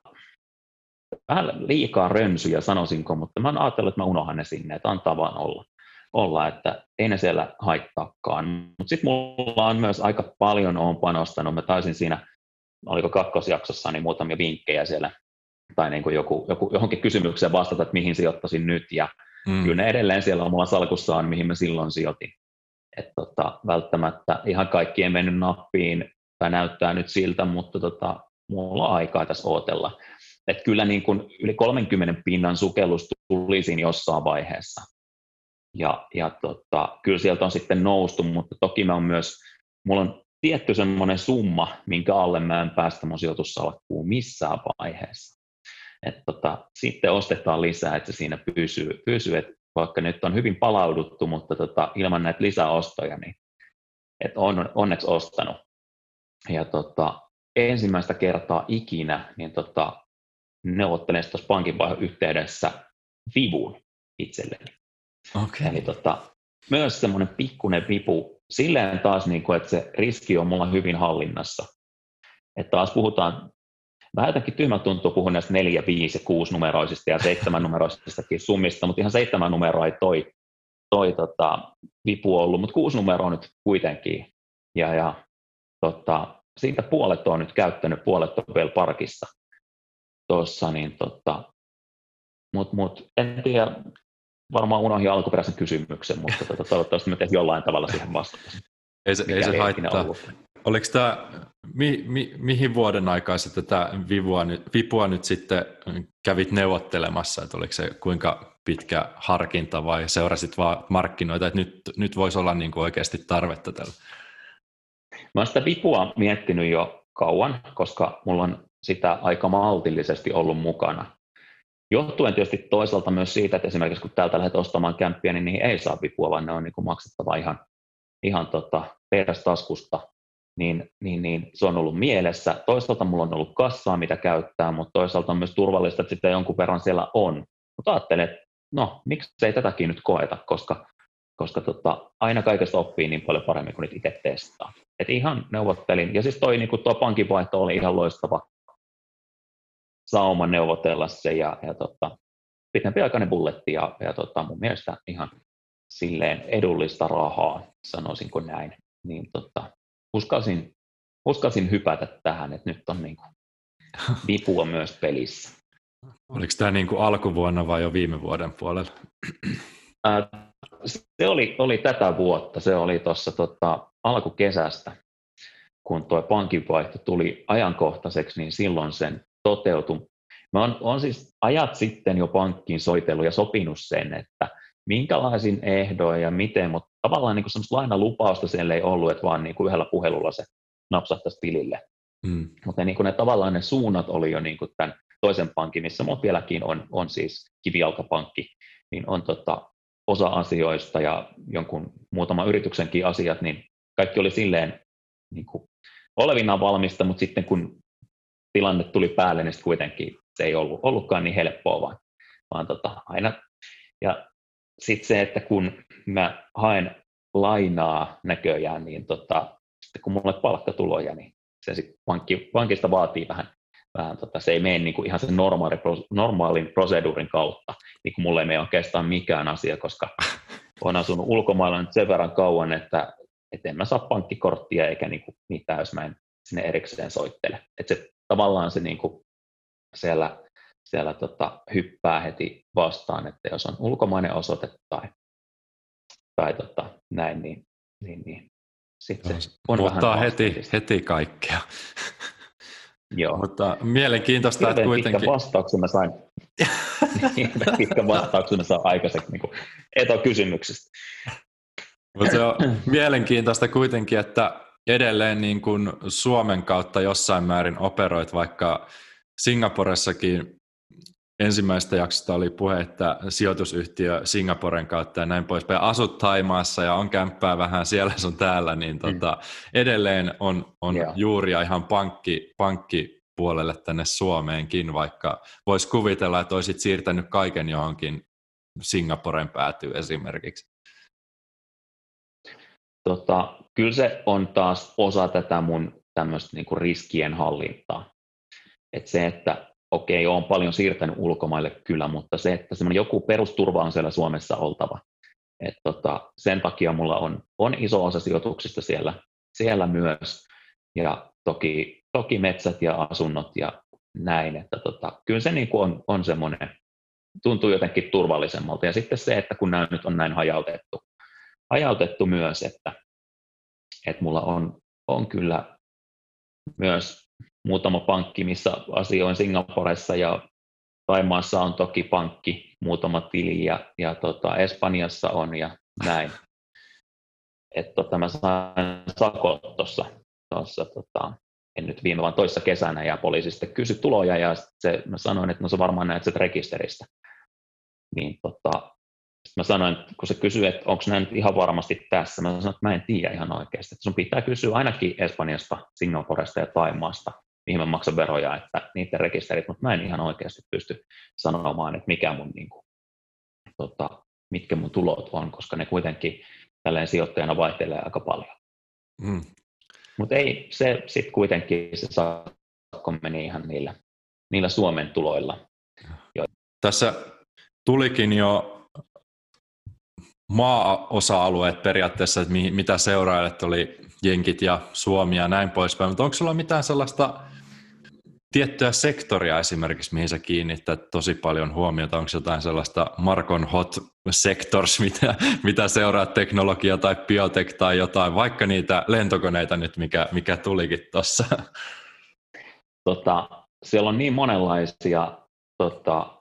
vähän liikaa rönsyjä, sanoisinko, mutta mä oon ajatellut, että mä unohan ne sinne, että antaa vaan olla, olla että ei ne siellä haittaakaan. Mutta sitten mulla on myös aika paljon on panostanut, mä taisin siinä, oliko kakkosjaksossa, niin muutamia vinkkejä siellä, tai niin kuin joku, joku, johonkin kysymykseen vastata, että mihin sijoittaisin nyt, ja mm. kyllä ne edelleen siellä omalla salkussaan, mihin mä silloin sijoitin. Että tota, välttämättä ihan kaikki ei mennyt nappiin, tai näyttää nyt siltä, mutta tota, mulla on aikaa tässä ootella. Että kyllä niin kuin yli kolmenkymmenen pinnan sukellus tuli siinä jossain vaiheessa. Ja, ja tota, kyllä sieltä on sitten noustu, mutta toki mä on myös, mulla on tietty semmoinen summa, minkä alle mä en päästä mun sijoitussalkkuun missään vaiheessa. Et tota, sitten ostetaan lisää, että se siinä pysyy, pysyy. Et vaikka nyt on hyvin palauduttu, mutta tota, ilman näitä lisäostoja, niin et on onneksi ostanut. Ja tota, ensimmäistä kertaa ikinä niin tota, neuvottelen tuossa pankinvaihdon yhteydessä vivun itselleni. Okay. Eli tota, myös semmoinen pikkuinen vipu, silleen taas, niin kuin, että se riski on mulla hyvin hallinnassa. Että taas puhutaan, vähän jotenkin tyhmä tuntuu puhua näistä neljä, viisi ja kuusi numeroisista ja seitsemän numeroisistakin summista, mutta ihan seitsemän numeroa ei toi, toi tota, vipu ollut, mutta kuusi numeroa nyt kuitenkin. Ja, ja tota, siitä puolet on nyt käyttänyt, puolet on vielä parkissa. Tuossa, niin tota, mut, mut, en tiedä, varmaan unohdin alkuperäisen kysymyksen, mutta tota, toivottavasti mä tein jollain tavalla siihen vastauksen. Ei se, ei se haittaa. Oliko tämä, mi, mi, mihin vuoden aikaa sä tätä vipua nyt, vipua nyt sitten kävit neuvottelemassa, että oliko se kuinka pitkä harkinta vai seurasit vaan markkinoita, että nyt, nyt voisi olla niin kuin oikeasti tarvetta tällä? Mä oon sitä vipua miettinyt jo kauan, koska mulla on sitä aika maltillisesti ollut mukana. Johtuen tietysti toisaalta myös siitä, että esimerkiksi kun täältä lähdet ostamaan kämppiä, niin niihin ei saa vipua, vaan ne on niin kuin maksettava ihan, ihan tota, perästaskusta, niin, niin, niin se on ollut mielessä. Toisaalta mulla on ollut kassaa, mitä käyttää, mutta toisaalta on myös turvallista, että sitä jonkun verran siellä on. Mutta ajattelin, että no, miksi ei tätäkin nyt koeta, koska, koska tota, aina kaikesta oppii niin paljon paremmin kuin nyt itse testaa. Et ihan neuvottelin, ja siis toi, niin kuin tuo pankinvaihto oli ihan loistava sauma neuvotella se, ja, ja tota, pitempiaikainen bulletti, ja, ja tota, mun mielestä ihan silleen edullista rahaa, sanoisinko näin, niin tota, uskalsin, uskalsin hypätä tähän, että nyt on niin kuin vipua myös pelissä. Oliko tämä niin kuin alkuvuonna vai jo viime vuoden puolella? Ää, se oli, oli tätä vuotta, se oli tuossa tota, alkukesästä, kun tuo pankinvaihto tuli ajankohtaiseksi, niin silloin sen toteutui. Mä oon, oon siis ajat sitten jo pankkiin soitellut ja sopinut sen, että minkälaisin ehdoin ja miten, mutta tavallaan niin kuin semmoista lainalupausta siellä ei ollut, että vaan niin kuin yhdellä puhelulla se napsahtaisi tilille. Mm. Mutta niin kuin ne tavallaan ne suunnat oli jo niin kuin tämän toisen pankin, missä mut vieläkin on, on siis kivijalkapankki, niin on tota, osa asioista ja jonkun muutaman yrityksenkin asiat, niin kaikki oli silleen niin kuin olevinaan valmista, mutta sitten kun tilanne tuli päälle, niin kuitenkin se ei ollut, ollutkaan niin helppoa, vaan, vaan tota, aina. Ja sitten se, että kun mä haen lainaa näköjään, niin tota, sitten kun mulle palkkatuloja, niin se sitten pankki, pankista vaatii vähän vähän tota, se ei mene niin kuin ihan sen normaali, normaalin proseduurin kautta, niin kuin mulle ei mene oikeastaan mikään asia, koska olen asunut ulkomailla nyt sen verran kauan, että, että en mä saa pankkikorttia eikä niin kuin mitään, jos mä en sinne erikseen soittele. Että se, tavallaan se niin kuin siellä, siellä tota, hyppää heti vastaan, että jos on ulkomainen osoite tai, tai tota, näin, niin, niin, niin sitten se on Muuttaa vähän heti, heti kaikkea. Joo. Mutta mielenkiintoista, että kuitenkin... Pitkä vastauksen mä sain, pitkä vastauksen mä sain aikaiseksi niin etokysymyksestä. Mutta se on mielenkiintoista kuitenkin, että edelleen niin kuin Suomen kautta jossain määrin operoit, vaikka Singaporessakin ensimmäistä jaksosta oli puhe, että sijoitusyhtiö Singaporen kautta ja näin poispäin. Asut Thaimaassa ja on kämppää vähän siellä sun täällä, niin tota, mm. edelleen on, on juuria ihan pankki, pankkipuolelle tänne Suomeenkin, vaikka voisi kuvitella, että olisit siirtänyt kaiken johonkin Singaporen päätyy esimerkiksi. Tota, kyllä se on taas osa tätä mun tämmöistä niinku riskien hallintaa. Et se, että okei, olen paljon siirtänyt ulkomaille kyllä, mutta se, että semmoinen joku perusturva on siellä Suomessa oltava. Et tota, sen takia mulla on, on iso osa sijoituksista siellä, siellä myös. Ja toki, toki metsät ja asunnot ja näin. Että tota, kyllä se niin kuin on, on semmoinen, tuntuu jotenkin turvallisemmalta. Ja sitten se, että kun nämä nyt on näin hajautettu, hajautettu myös, että, että mulla on, on kyllä myös muutama pankki, missä asioin Singaporessa ja Thaimaassa on toki pankki, muutama tili ja, ja tota, Espanjassa on ja näin. Et tota, mä sain sakot tuossa, tota, en nyt viime vaan toissa kesänä ja poliisi sitten kysyi tuloja ja se, mä sanoin, että no sä varmaan näet sen rekisteristä. Niin tota, mä sanoin, kun se kysyi, että onko nämä nyt ihan varmasti tässä, mä sanoin, että mä en tiedä ihan oikeasti. Että sun pitää kysyä ainakin Espanjasta, Singaporesta ja Thaimaasta, mihin mä maksan veroja, että niiden rekisterit, mutta mä en ihan oikeasti pysty sanomaan, että mikä mun, niin kuin, tota, mitkä mun tulot on, koska ne kuitenkin tälleen sijoittajana vaihtelee aika paljon. Mm. Mutta ei, se sitten kuitenkin se sakko meni ihan niillä, niillä Suomen tuloilla. Tässä tulikin jo maa-osa-alueet periaatteessa, että mitä seurailet, oli jenkit ja Suomi ja näin poispäin, mutta onko sulla mitään sellaista tiettyä sektoria esimerkiksi, mihin sä kiinnittät tosi paljon huomiota, onko jotain sellaista Markon hot sectors, mitä, mitä seuraat, teknologia tai biotech tai jotain, vaikka niitä lentokoneita nyt, mikä, mikä tulikin tuossa? Tota, siellä on niin monenlaisia tota,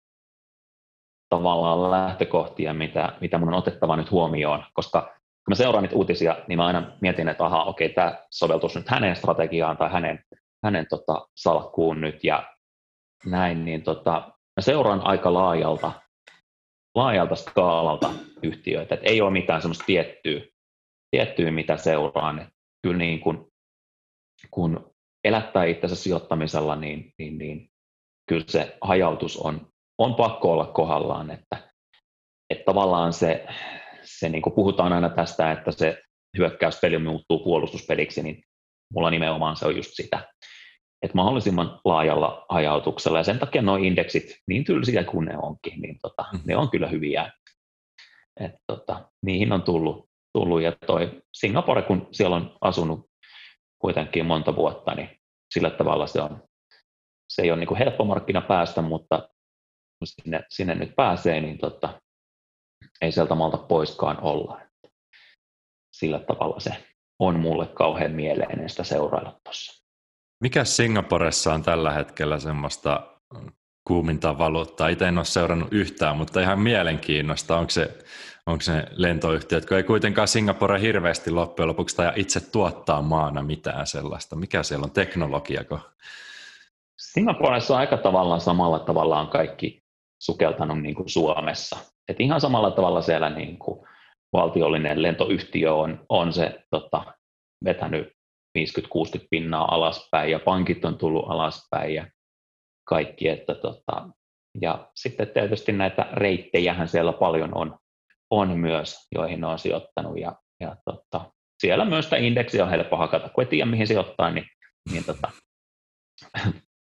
tavallaan lähtökohtia, mitä, mitä mun on otettava nyt huomioon, koska kun mä seuraan niitä uutisia, niin mä aina mietin, että aha, okei, tämä soveltuisi nyt hänen strategiaan tai hänen, hänen tota, salkkuun nyt ja näin, niin tota, mä seuraan aika laajalta, laajalta skaalalta yhtiöitä, että ei ole mitään semmoista tiettyä, tiettyä mitä seuraan, että kyllä niin kun, kun elättää itsensä sijoittamisella, niin, niin, niin kyllä se hajautus on, on pakko olla kohdallaan, että, että tavallaan se, se niin kuin puhutaan aina tästä, että se hyökkäyspeli muuttuu puolustuspeliksi, niin mulla nimenomaan se on just sitä, että mahdollisimman laajalla hajautuksella, ja sen takia nuo indeksit, niin tylsiä kuin ne onkin, niin tota, mm. ne on kyllä hyviä. Et tota, niihin on tullut, tullut, ja toi Singapore, kun siellä on asunut kuitenkin monta vuotta, niin sillä tavalla se on, se ei ole niin kuin helppo markkina päästä, mutta kun sinne, sinne nyt pääsee, niin tota, ei sieltä malta poiskaan olla. Sillä tavalla se on mulle kauhean mieleinen sitä seurailla tuossa. Mikä Singaporessa on tällä hetkellä semmoista kuuminta valuuttaa? Itse en ole seurannut yhtään, mutta ihan mielenkiinnosta. Onko se, onko se lentoyhtiöt, kun ei kuitenkaan Singapore hirveästi loppujen lopuksi tai itse tuottaa maana mitään sellaista. Mikä siellä on teknologiako? Singaporessa on aika tavallaan samalla tavalla on kaikki sukeltanut niin kuin Suomessa. Et ihan samalla tavalla siellä niin kuin valtiollinen lentoyhtiö on, on se tota, vetänyt viisikymmentä kuusikymmentä pinnaa alaspäin ja pankit on tullut alaspäin ja kaikki. Että, tota, ja sitten tietysti näitä reittejähän siellä paljon on, on myös, joihin ne on sijoittanut. Ja, ja tota, siellä myös sitä indeksiä on helppo hakata. Kun ei tiedä mihin sijoittaa, niin, niin tota,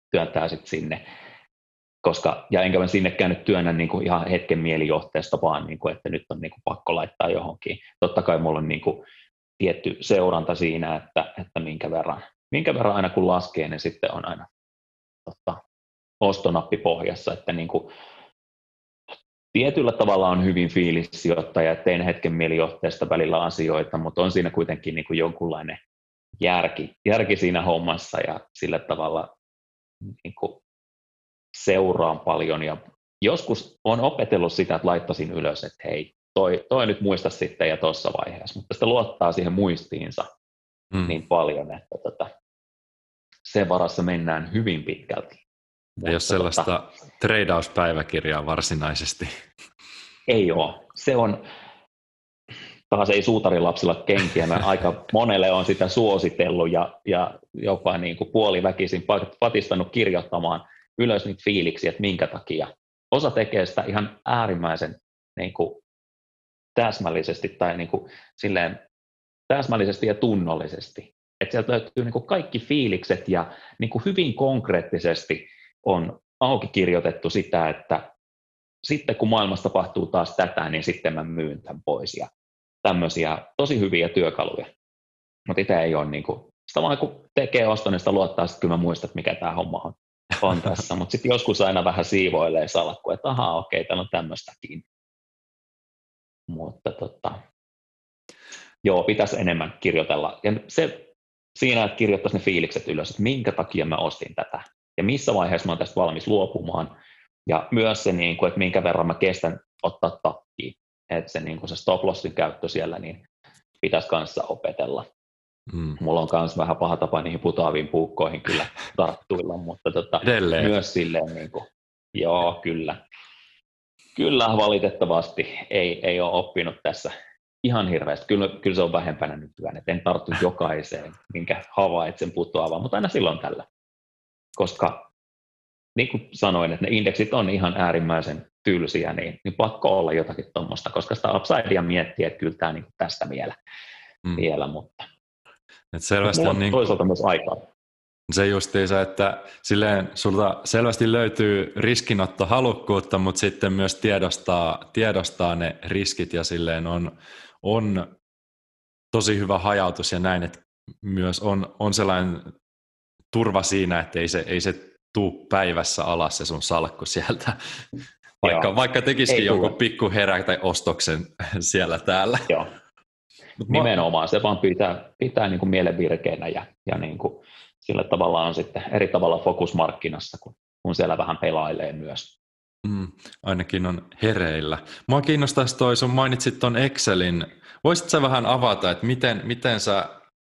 työntää sit sinne. Koska, ja enkä mä sinnekään nyt työnnä niin kuin ihan hetken mielijohteesta, vaan niin kuin, että nyt on niin kuin pakko laittaa johonkin. Totta kai mulla on niin kuin tietty seuranta siinä, että, että minkä, verran, minkä verran aina kun laskee, niin sitten on aina totta, ostonappi pohjassa, että niin kuin, tietyllä tavalla on hyvin fiilissijoittaja, että teen hetken mielijohteesta välillä asioita, mutta on siinä kuitenkin niin kuin jonkunlainen järki, järki siinä hommassa ja sillä tavalla niin kuin seuraan paljon ja joskus on opetellut sitä, että laittaisin ylös, että hei, toi, toi nyt muista sitten ja tuossa vaiheessa, mutta sitä luottaa siihen muistiinsa mm. niin paljon, että tota, sen varassa mennään hyvin pitkälti. Ei ole sellaista tota, treidauspäiväkirjaa varsinaisesti. Ei ole. Se on, taas ei suutarilapsilla kenkiä, mä aika monelle on sitä suositellut ja, ja jopa niin kuin puoliväkisin patistanut kirjoittamaan ylös niitä fiiliksiä, että minkä takia. Osa tekee sitä ihan äärimmäisen niin kuin täsmällisesti tai niin kuin silleen täsmällisesti ja tunnollisesti. Että sieltä löytyy niin kuin kaikki fiilikset ja niin kuin hyvin konkreettisesti on auki kirjoitettu sitä, että sitten kun maailmassa tapahtuu taas tätä, niin sitten mä myyn tämän pois. Ja tämmöisiä tosi hyviä työkaluja. Mutta itse ei ole niin kuin, sitä vaan kun tekee oston, niin sitä luottaa, että kyllä mä muistan, että mikä tämä homma on, on tässä. Mutta sitten joskus aina vähän siivoilee salkku, että ahaa, okei, täällä on tämmöistäkin. Mutta tota, joo, pitäisi enemmän kirjoitella. Ja se, siinä, että kirjoittaisi ne fiilikset ylös, että minkä takia mä ostin tätä. Ja missä vaiheessa mä oon tästä valmis luopumaan. Ja myös se, niin kuin, että minkä verran mä kestän ottaa takkiin. Että se, niin kuin se stop-lossin käyttö siellä, niin pitäisi kanssa opetella. Mm. Mulla on myös vähän paha tapa niihin putoaviin puukkoihin kyllä tarttuilla, mutta tota, myös silleen, niin kuin, joo, kyllä. Kyllä valitettavasti ei, ei ole oppinut tässä ihan hirveästi. Kyllä, kyllä se on vähempänä nykyään, että en tarttu jokaiseen, minkä havaitsen putoavaan, mutta aina silloin tällä. Koska niin kuin sanoin, että ne indeksit on ihan äärimmäisen tylsiä, niin, niin pakko olla jotakin tuommoista, koska sitä upsidea miettii, että kyllä tämä niin kuin tästä vielä, mm. vielä mutta et selvästi mulla on on niin toisaalta myös aikaa. Se justiinsa, että silleen sulta selvästi löytyy riskinottohalukkuutta, mutta sitten myös tiedostaa, tiedostaa ne riskit ja silleen on, on tosi hyvä hajautus ja näin, että myös on, on sellainen turva siinä, että ei se, ei se tuu päivässä alas se sun salkku sieltä, vaikka, vaikka tekisikin jonkun pikku herä tai ostoksen siellä täällä. Joo. Nimenomaan, se vaan pitää, pitää niin kuin mielen virkeänä ja, ja niin kuin sillä tavalla on sitten eri tavalla fokusmarkkinassa, kun, kun siellä vähän pelailee myös. Mm, ainakin on hereillä. Mua kiinnostaisi toi, sun mainitsit ton Excelin. Voisitko sä vähän avata, että miten, miten sä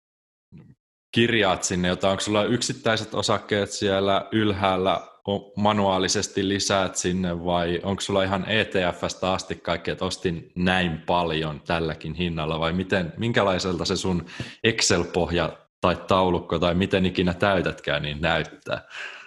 kirjaat sinne jotain? Onko sulla yksittäiset osakkeet siellä ylhäällä, manuaalisesti lisäät sinne vai onko sulla ihan E T F:stä asti kaikki, että ostin näin paljon tälläkin hinnalla vai miten, minkälaiselta se sun Excel-pohja tai taulukko tai miten ikinä täytätkään, niin näyttää?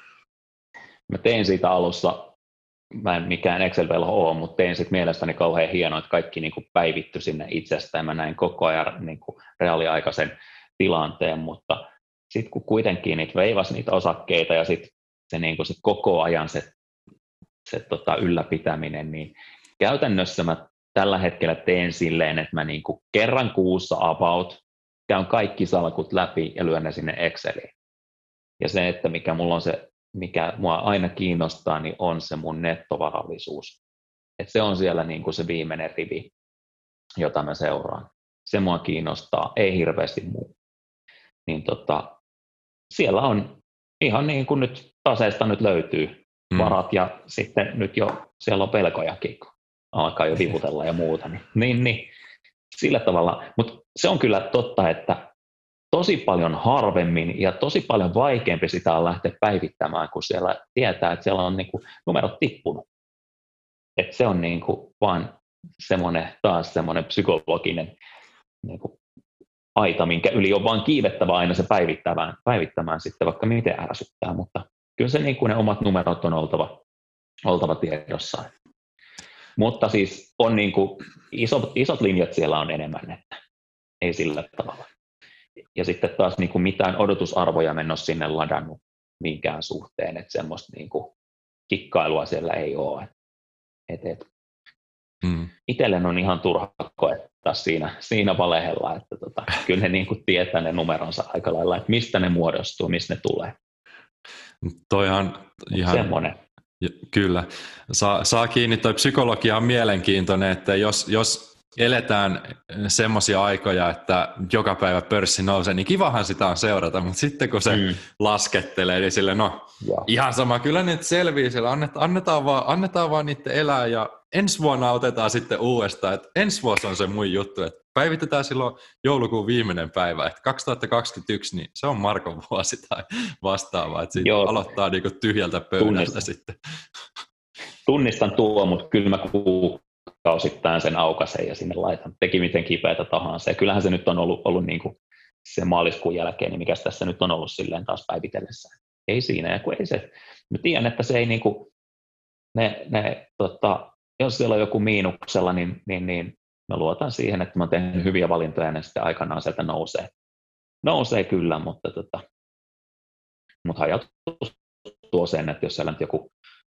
Mä tein siitä alussa, mä en mikään Excel-velho ole, mutta tein sitten mielestäni kauhean hienoa, että kaikki niin kuin päivitty sinne itsestään. Mä näin koko ajan niin kuin reaaliaikaisen tilanteen, mutta sitten kun kuitenkin niitä veivasi niitä osakkeita ja sitten se, niin kuin se koko ajan se, se tota ylläpitäminen, niin käytännössä mä tällä hetkellä teen silleen, että mä niin kuin kerran kuussa about käyn kaikki salkut läpi ja lyön ne sinne Exceliin. Ja se, että mikä mulla on se, mikä mua aina kiinnostaa, niin on se mun nettovarallisuus. Et se on siellä niin kuin se viimeinen rivi, jota mä seuraan. Se mua kiinnostaa, ei hirveästi muu. Niin tota, siellä on ihan niin kuin nyt taseesta nyt löytyy varat mm. ja sitten nyt jo siellä on pelkojakin, kun alkaa jo vivutella ja muuta. Niin, niin, niin sillä tavalla, mutta se on kyllä totta, että tosi paljon harvemmin ja tosi paljon vaikeampi sitä on lähteä päivittämään, kun siellä tietää, että siellä on niinku numerot tippunut. Et se on niinku vaan semmoinen, taas semmoinen psykologinen niinku aita, minkä yli on vaan kiivettävä aina se päivittämään, päivittämään sitten, vaikka miten ärsyttää, mutta kyllä se niinku ne omat numerot on oltava, oltava tiedossaan. Mutta siis on niinku isot, isot linjat siellä on enemmän, että ei sillä tavalla. Ja sitten taas niin kuin mitään odotusarvoja en ole sinne ladannut. minkään suhteen, että semmoista niin kuin kikkailua siellä ei ole. Et, et. Hmm. Itsellen on ihan turha koettaa siinä, siinä valehella, että tota, kyllä ne niin kuin tietää ne numeronsa aika lailla, että mistä ne muodostuu, mistä ne tulee. Toihan ihan... Semmoinen. Kyllä. Saa, saa kiinni, toi psykologia on mielenkiintoinen, että jos, jos eletään semmoisia aikoja, että joka päivä pörssi nousee, niin kivahan sitä on seurata, mutta sitten kun se mm. laskettelee, niin sille no ja. ihan sama, kyllä nyt selvii, sillä annetaan, annetaan, vaan, annetaan vaan niiden elää ja ensi vuonna otetaan sitten uudestaan, että ensi vuosi on se mun juttu, että päivitetään silloin joulukuun viimeinen päivä, että kaksituhattakaksikymmentäyksi, niin se on Markon vuosi tai vastaavaa, että siitä Joo. aloittaa niinku tyhjältä pöydältä Tunnistan. sitten. Tunnistan tuo, mutta kyllä mä kuukausittain sen aukasen ja sinne laitan, teki miten kipeätä tahansa. Ja kyllähän se nyt on ollut, ollut niin kuin se maaliskuun jälkeen, niin mikäs tässä nyt on ollut silleen taas päivitellessä. Ei siinä, ja kun ei se, mä tiedän, että se ei niin kuin, ne, ne tota, jos siellä on joku miinuksella, niin, niin, niin mä luotan siihen, että mä oon tehnyt hyviä valintoja, ja ne sitten aikanaan sieltä nousee. Nousee kyllä, mutta, tota, mutta hajautus tuo sen, että jos siellä nyt joku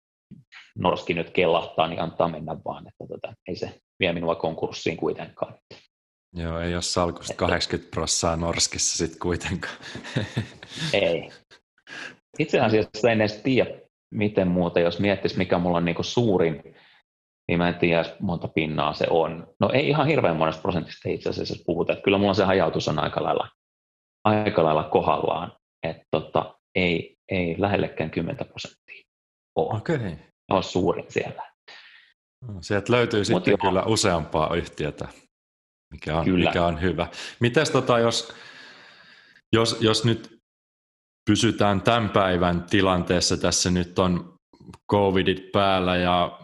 norski nyt kellahtaa, niin antaa mennä vaan, että tota, ei se vie minua konkurssiin kuitenkaan. Joo, ei ole salkusta kahdeksankymmentä prosenttia norskissa sitten kuitenkaan. Ei. Itse asiassa en edes tiedä, miten muuta, jos miettisi, mikä mulla on niinku suurin, niin mä en tiedä, monta pinnaa se on. No ei ihan hirveän monesta prosentista itse asiassa, jos puhutaan. Että kyllä mulla se hajautus on aika lailla, aika lailla kohdallaan, että tota, ei, ei lähellekään kymmentä prosenttia ole. Okei. On suurin siellä. No, sieltä löytyy Mut sitten jo. kyllä useampaa yhtiötä, mikä on, mikä on hyvä. Mites tota, jos, jos, jos nyt pysytään tämän päivän tilanteessa, tässä nyt on covidit päällä ja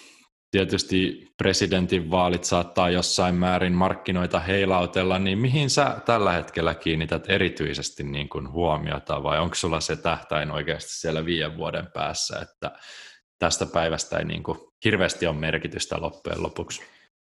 tietysti presidentin vaalit saattaa jossain määrin markkinoita heilautella, niin mihin sä tällä hetkellä kiinnität erityisesti niin kuin huomiota, vai onko sulla se tähtäin oikeasti siellä viiden vuoden päässä, että tästä päivästä ei niin kuin hirveästi ole merkitystä loppujen lopuksi?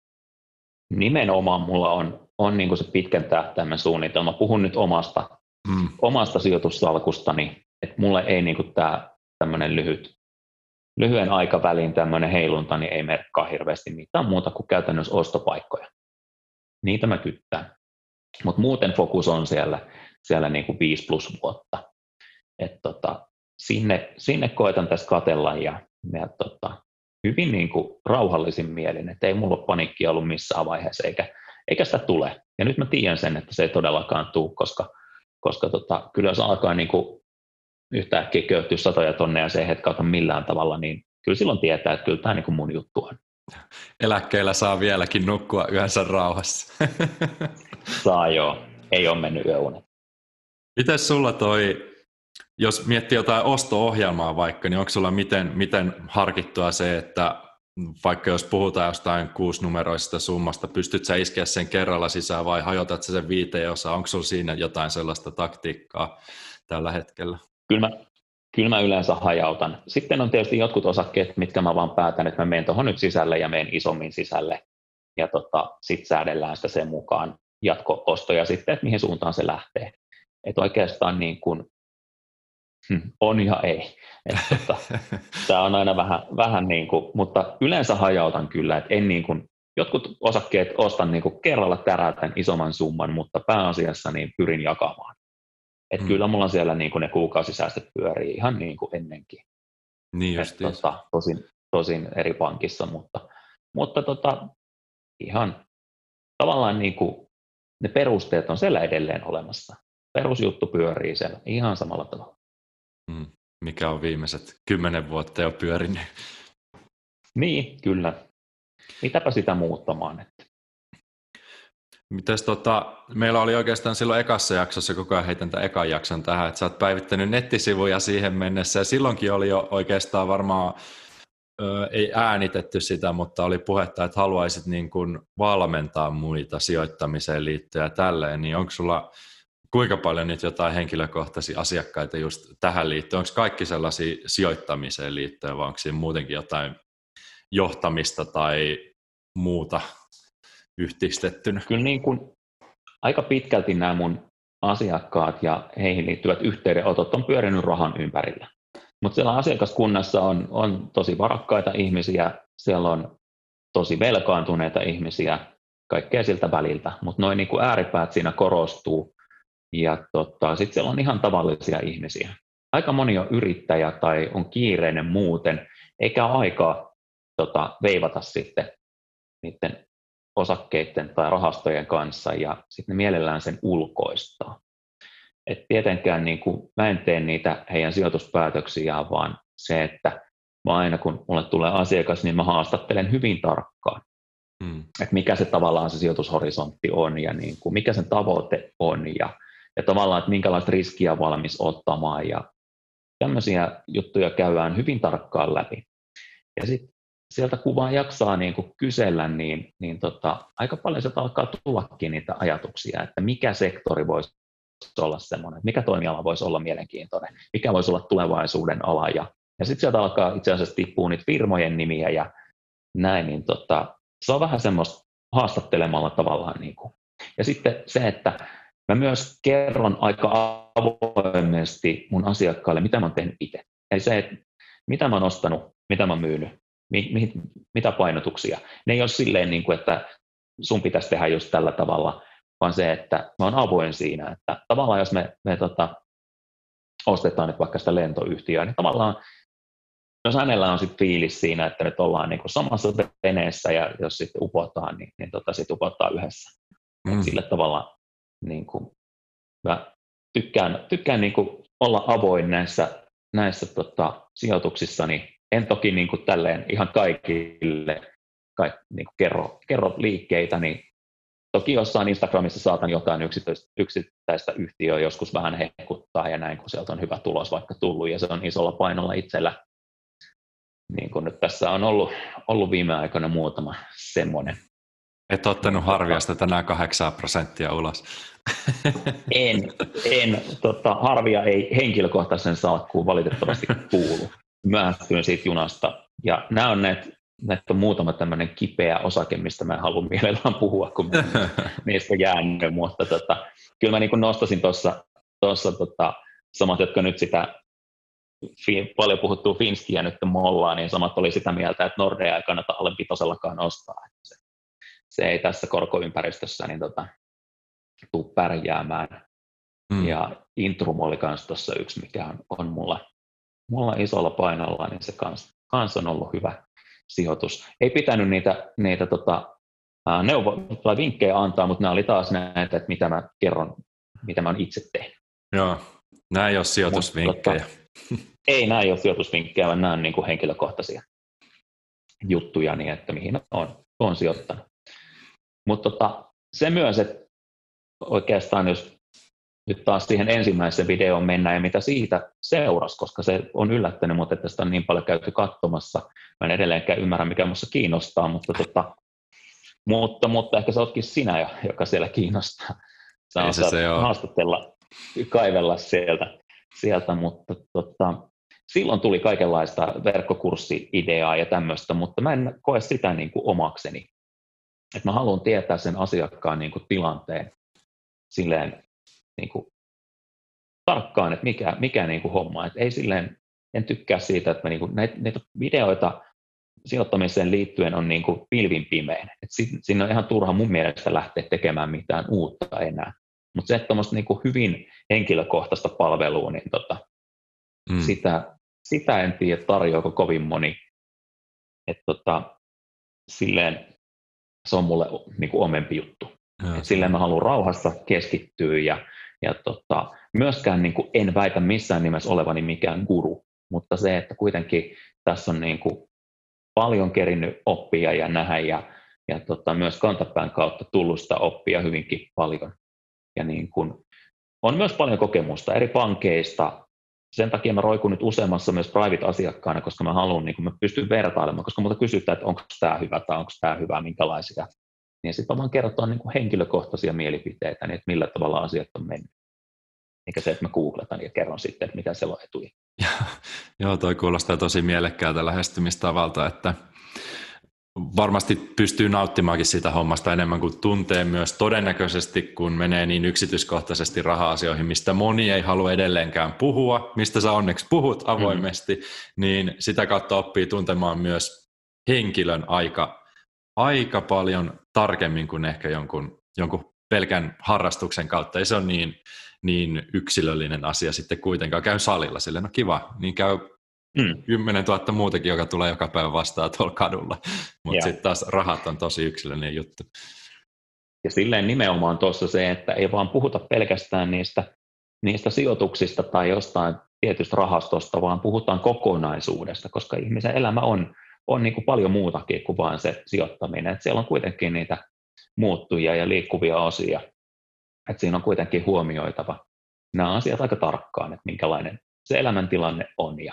Nimenomaan mulla on, on niin kuin se pitkän tähtäimen suunnitelma. Puhun nyt omasta, mm. omasta sijoitussalkustani, että mulle ei niin kuin tämä tämmöinen lyhyt Lyhyen aikavälin tämmöinen heilunta niin ei merkkaa hirveästi mitään muuta kuin käytännössä ostopaikkoja. Niitä mä kyttään. Mutta muuten fokus on siellä, siellä niin kuin viisi plus vuotta. Et tota, sinne, sinne koetan tässä katella ja, ja tota, hyvin niin kuin rauhallisin mielin, että ei mulla ole paniikkia ollut missään vaiheessa eikä, eikä sitä tule. Ja nyt mä tiedän sen, että se ei todellakaan tule, koska, koska tota, kyllä jos alkaa niin kuin yhtäkkiä köyhtyy satoja tonneja, se ei hetkauta millään tavalla, niin kyllä silloin tietää, että kyllä tämä niin kuin mun juttu on. Eläkkeellä saa vieläkin nukkua yönsä rauhassa. Saa joo, ei ole mennyt yöunet. Mites sulla toi, jos miettii jotain osto-ohjelmaa vaikka, niin onko sulla miten, miten harkittua se, että vaikka jos puhutaan jostain kuusinumeroisesta summasta, pystyt sä iskeä sen kerralla sisään vai hajotat sä sen viiteen osaan? Onko sulla siinä jotain sellaista taktiikkaa tällä hetkellä? Kyllä mä, kyllä mä yleensä hajautan. Sitten on tietysti jotkut osakkeet, mitkä mä vaan päätän, että mä menen tuohon nyt sisälle ja menen isommin sisälle. Ja tota, sitten säädellään sitä sen mukaan jatko-ostoja sitten, että mihin suuntaan se lähtee. Että oikeastaan niin kuin on ja ei. Tota, tämä on aina vähän, vähän niin kuin, mutta yleensä hajautan kyllä, että en niin kuin, jotkut osakkeet ostan niin kuin kerralla täräytän isomman summan, mutta pääasiassa niin pyrin jakamaan. Että mm. kyllä mulla siellä niin kuin ne kuukausisäästöt pyörii ihan niin kuin ennenkin. Niin just tota, tosin, tosin eri pankissa, mutta, mutta tota, ihan tavallaan niin kuin ne perusteet on siellä edelleen olemassa. Perusjuttu pyörii siellä ihan samalla tavalla. Mm. Mikä on viimeiset kymmenen vuotta jo pyörinyt. Niin, kyllä. Mitäpä sitä muuttamaan. Että. Mites tota, meillä oli oikeastaan silloin ekassa jaksossa, koko ajan heitän tämän ekan jakson tähän, että sä oot päivittänyt nettisivuja siihen mennessä, ja silloinkin oli jo oikeastaan varmaan, ö, ei äänitetty sitä, mutta oli puhetta, että haluaisit niin kuin valmentaa muita sijoittamiseen liittyen ja tälleen, niin onko sulla kuinka paljon nyt jotain henkilökohtaisia asiakkaita just tähän liittyen? Onko kaikki sellaisia sijoittamiseen liittyen, vai onko siinä muutenkin jotain johtamista tai muuta yhdistettynä? Kyllä niin kuin aika pitkälti nämä mun asiakkaat ja heihin liittyvät yhteydenotot on pyörinyt rahan ympärillä. Mutta siellä asiakaskunnassa on, on tosi varakkaita ihmisiä, siellä on tosi velkaantuneita ihmisiä, kaikkea siltä väliltä, mutta noin niin kuin ääripäät siinä korostuu. Ja tota, sitten siellä on ihan tavallisia ihmisiä. Aika moni on yrittäjä tai on kiireinen muuten, eikä ole aikaa tota, veivata sitten niiden osakkeiden tai rahastojen kanssa, ja sitten ne mielellään sen ulkoistaa. Et tietenkään niin kuin, mä en tee niitä heidän sijoituspäätöksiään, vaan se, että mä aina kun mulle tulee asiakas, niin mä haastattelen hyvin tarkkaan, hmm. että mikä se tavallaan se sijoitushorisontti on ja niin kuin, mikä sen tavoite on ja, ja tavallaan, että minkälaista riskiä on valmis ottamaan ja tämmöisiä juttuja käydään hyvin tarkkaan läpi. Ja sitten sieltä kun vaan jaksaa niin kuin kysellä, niin, niin tota, aika paljon sieltä alkaa tullakin niitä ajatuksia, että mikä sektori voisi olla semmoinen, mikä toimiala voisi olla mielenkiintoinen, mikä voisi olla tulevaisuuden ala. Ja, ja sitten sieltä alkaa itse asiassa tippua niitä firmojen nimiä ja näin, niin tota, se on vähän semmoista haastattelemalla tavallaan. Niin kuin. Ja sitten se, että mä myös kerron aika avoimesti mun asiakkaille, mitä mä oon tehnyt itse. Eli se, että mitä mä oon ostanut, mitä mä oon myynyt, mi, mi, mitä painotuksia. Ne ei ole silleen, niin kuin, että sun pitäisi tehdä just tällä tavalla, vaan se, että mä oon avoin siinä, että tavallaan jos me, me tota, ostetaan nyt vaikka sitä lentoyhtiöä, niin tavallaan jos hänellä on sitten fiilis siinä, että nyt ollaan niin kuin samassa veneessä ja jos sitten upotaan, niin, niin tota, sitten upottaa yhdessä. Mm. Sillä tavalla niin kuin, mä tykkään, tykkään niin kuin olla avoin näissä, näissä tota, sijoituksissa, niin en toki niin kuin tälleen ihan kaikille kaik, niin kuin kerro, kerro liikkeitä, niin toki jossain Instagramissa saatan jotain yksittäistä, yksittäistä yhtiöä joskus vähän hehkuttaa ja näin, kun sieltä on hyvä tulos vaikka tullut ja se on isolla painolla itsellä. Niin kuin nyt tässä on ollut, ollut viime aikoina muutama semmoinen. Et ottanut Harviasta tänään kahdeksan prosenttia ulos. En, en tota, Harvia ei henkilökohtaisen salkkuun valitettavasti kuulu. Myöhästyin siitä junasta. Ja nämä on näitä, näitä on muutama tämmöinen kipeä osake, mistä mä en halua mielellään puhua, kun mä niistä jäänyt. Mutta tota, kyllä mä niin kuin nostasin tuossa tota, samat, jotka nyt sitä paljon puhuttua Finskiä nyt mollaa, niin samat oli sitä mieltä, että Nordea ei kannata alle vitosellakaan ostaa. Se, se ei tässä korkoympäristössä niin tota, tule pärjäämään. Mm. Ja Intrum oli myös tuossa yksi, mikä on, on mulla, mulla isolla painolla, niin se kans, kans on ollut hyvä sijoitus. Ei pitänyt niitä, niitä tota, neuvo- tai vinkkejä antaa, mutta nämä oli taas näitä, että mitä mä kerron, mitä mä oon itse tehnyt. Joo, nämä ei ole sijoitusvinkkejä. Mutta, ei, nämä ei ole sijoitusvinkkejä, vaan nämä on niin kuin henkilökohtaisia juttuja, niin että mihin on, on sijoittanut. Mutta tota, se myös, että oikeastaan jos nyt taas siihen ensimmäiseen videoon mennään ja mitä siitä seurasi, koska se on yllättänyt, mutta että sitä on niin paljon käyty katsomassa. Mä en edelleenkään ymmärrä, mikä minusta kiinnostaa, mutta, tota, mutta, mutta ehkä sä ootkin sinä, joka siellä kiinnostaa. Sä se se haastatella, kaivella sieltä. sieltä mutta tota, silloin tuli kaikenlaista verkkokurssi-ideaa ja tämmöistä, mutta mä en koe sitä niin kuin omakseni. Et mä haluan tietää sen asiakkaan niin kuin tilanteen silleen niin kuin tarkkaan, että mikä, mikä niin kuin homma. Et ei silleen, en tykkää siitä, että mä niin kuin, näitä, näitä videoita sijoittamiseen liittyen on niin kuin pilvin pimein. Et siinä on ihan turha mun mielestä lähteä tekemään mitään uutta enää. Mutta se, että niin kuin hyvin henkilökohtaista palvelua, niin tota, mm. sitä, sitä en tiedä tarjoako kovin moni. Et tota, silleen se on mulle niin kuin omempi juttu. Et silleen mä haluan rauhassa keskittyä ja, ja tota, myöskään niin kuin en väitä missään nimessä olevani mikään guru, mutta se, että kuitenkin tässä on niin kuin paljon kerinnyt oppia ja nähdä ja, ja tota, myös kantapään kautta tullut sitä oppia hyvinkin paljon. Ja niin kuin, on myös paljon kokemusta eri pankeista. Sen takia mä roikun nyt useammassa myös private-asiakkaana, koska mä haluan, niin kuin mä pystyn vertailemaan, koska multa kysytään, että onko tämä hyvä tai onko tämä hyvä, minkälaisia. Niin sitten vaan kerrotaan niin kuin henkilökohtaisia mielipiteitä, niin että millä tavalla asiat on mennyt. Eikä se, että mä googletan ja kerron sitten, että mitä siellä on etuja. Joo, toi kuulostaa tosi mielekkäältä lähestymistavalta, että varmasti pystyy nauttimaankin siitä hommasta enemmän kuin tuntee myös todennäköisesti, kun menee niin yksityiskohtaisesti raha-asioihin, mistä moni ei halua edelleenkään puhua, mistä sä onneksi puhut avoimesti, mm-hmm. niin sitä kautta oppii tuntemaan myös henkilön aika, aika paljon tarkemmin kuin ehkä jonkun, jonkun pelkän harrastuksen kautta. Ei se ole niin, niin yksilöllinen asia sitten kuitenkaan. Käy salilla sille, no kiva, niin käy Mm. kymmenen tuhatta muutakin, joka tulee joka päivä vastaan tuolla kadulla, mutta sitten taas rahat on tosi yksilöllinen juttu. Ja silleen nimenomaan tuossa se, että ei vaan puhuta pelkästään niistä, niistä sijoituksista tai jostain tietystä rahastosta, vaan puhutaan kokonaisuudesta, koska ihmisen elämä on, on niin kuin paljon muutakin kuin vain se sijoittaminen. Et siellä on kuitenkin niitä muuttujia ja liikkuvia osia, että siinä on kuitenkin huomioitava nämä asiat aika tarkkaan, että minkälainen se elämäntilanne on ja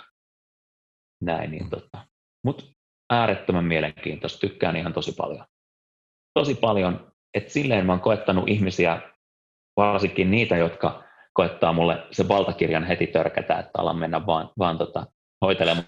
näin, niin tota. Mutta äärettömän mielenkiintoista, tykkään ihan tosi paljon. Tosi paljon, että silleen mä oon koettanut ihmisiä, varsinkin niitä, jotka koettaa mulle sen valtakirjan heti törkätä, että alan mennä vaan, vaan tota, hoitelemaan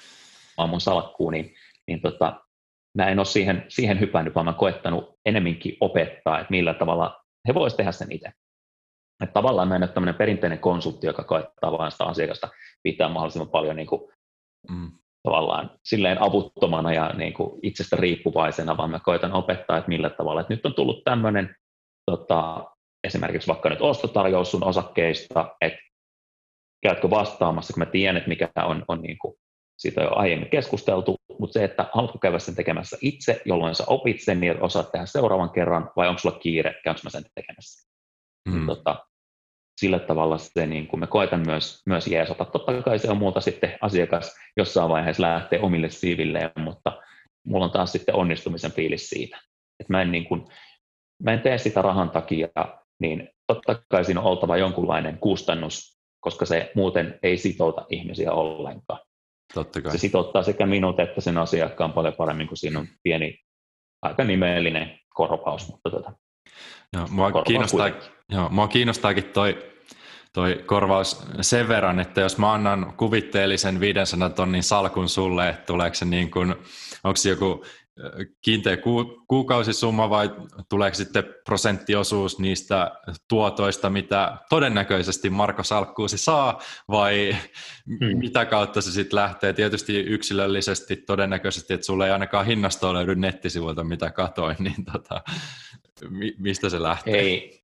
mun salkkuun, niin, niin tota, mä en ole siihen, siihen hypännyt, vaan mä oon koettanut enemminkin opettaa, että millä tavalla he voisivat tehdä sen itse. Että tavallaan mä en ole tämmöinen perinteinen konsultti, joka koettaa vaan sitä asiakasta pitää mahdollisimman paljon niin kuin Mm. tavallaan silleen avuttomana ja niin kuin itsestä riippuvaisena, vaan mä koitan opettaa, että millä tavalla. Että nyt on tullut tämmöinen tota, esimerkiksi vaikka nyt ostotarjous sun osakkeista, että käytkö vastaamassa, kun mä tiedän, että mikä on, on niin kuin, siitä on jo aiemmin keskusteltu, mutta se, että haluatko käydä sen tekemässä itse, jolloin sä opit sen ja osaat tehdä seuraavan kerran, vai onko sulla kiire, käynkö mä sen tekemässä. Mm. Tota, sillä tavalla se, niin kuin me koitan myös, myös jeesata. Totta kai se on muuta sitten asiakas jossain vaiheessa lähtee omille siivilleen, mutta mulla on taas sitten onnistumisen fiilis siitä. Että mä en, niin kuin, mä en tee sitä rahan takia, niin totta kai siinä on oltava jonkunlainen kustannus, koska se muuten ei sitouta ihmisiä ollenkaan. Totta kai. Se sitouttaa sekä minut että sen asiakkaan paljon paremmin, kuin siinä on pieni, aika nimellinen korvaus, mutta tota, Joo, mua, kiinnostaa, joo, mua kiinnostaakin toi, toi korvaus sen verran, että jos mä annan kuvitteellisen viisisataa tonnin salkun sulle, että tuleeko se niin kuin, onko se joku kiinteä ku, kuukausisumma vai tuleeko sitten prosenttiosuus niistä tuotoista, mitä todennäköisesti Marko Salkkuusi saa, vai hmm. mitä kautta se sitten lähtee? Tietysti yksilöllisesti todennäköisesti, että sulle ei ainakaan hinnastoa löydy nettisivuilta, mitä katoin, niin tota, mi, mistä se lähtee? Ei,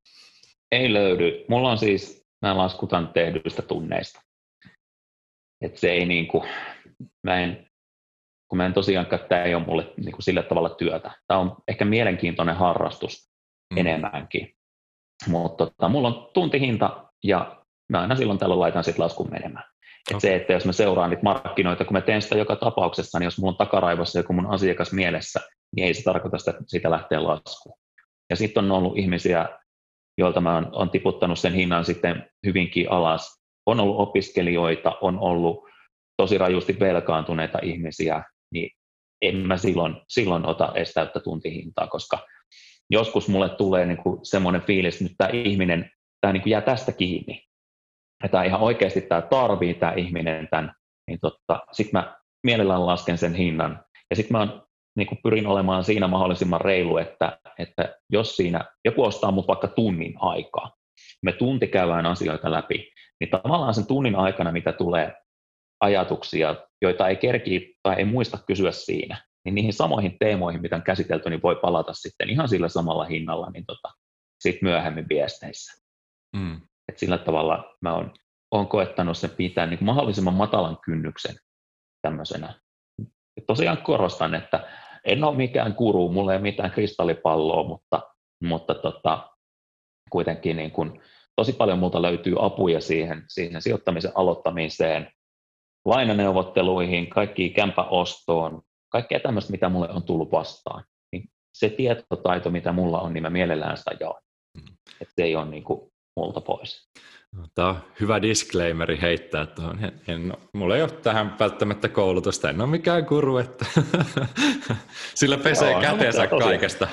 ei löydy. Mulla on siis, mä laskutan tehdyistä tunneista. Että se ei niinku, mä en, kun mä en tosiaankaan, tämä ei ole mulle niin kuin sillä tavalla työtä. Tämä on ehkä mielenkiintoinen harrastus mm. enemmänkin. Mutta tota, mulla on tuntihinta ja mä aina silloin tällöin laitan sitten laskun menemään. Et okay. Se, että jos mä seuraan niitä markkinoita, kun mä teen sitä joka tapauksessa, niin jos mulla on takaraivossa joku mun asiakas mielessä, niin ei se tarkoita sitä, että siitä lähtee laskuun. Ja sitten on ollut ihmisiä, joilta mä oon, oon tiputtanut sen hinnan sitten hyvinkin alas. On ollut opiskelijoita, on ollut tosi rajusti velkaantuneita ihmisiä, niin en mä silloin, silloin ota edes täyttä tuntihintaa, koska joskus mulle tulee niinku semmoinen fiilis, että nyt tämä ihminen tää niinku jää tästä kiinni. Ja tämä ihan oikeasti tämä tarvii tämä ihminen tämän, niin totta, sitten mä mielellään lasken sen hinnan. Ja sitten mä oon, niinku pyrin olemaan siinä mahdollisimman reilu, että, että jos siinä joku ostaa mut vaikka tunnin aikaa, me tunti käydään asioita läpi, niin tavallaan sen tunnin aikana, mitä tulee ajatuksia, joita ei kerki tai ei muista kysyä siinä, niin niihin samoihin teemoihin, mitä on käsitelty, niin voi palata sitten ihan sillä samalla hinnalla niin tota, sit myöhemmin viesteissä. Mm. Et sillä tavalla mä oon, oon koettanut sen pitää niin mahdollisimman matalan kynnyksen tämmöisenä. Et tosiaan korostan, että en ole mikään guru, mulla ei ole mitään kristallipalloa, mutta, mutta tota, kuitenkin niin kun, tosi paljon multa löytyy apuja siihen, siihen sijoittamisen aloittamiseen, lainaneuvotteluihin, kaikkiin kämpäostoon, kaikkea tämmöistä, mitä mulle on tullut vastaan. Niin se tietotaito, mitä mulla on, niin mä mielellään sitä jaan. Mm. Että se ei ole niin kuin multa pois. Tämä on hyvä disclaimeri heittää tuohon. En, en, mulla ei ole tähän välttämättä koulutusta, en ole mikään guru, että sillä pesee joo, käteensä no, kaikesta.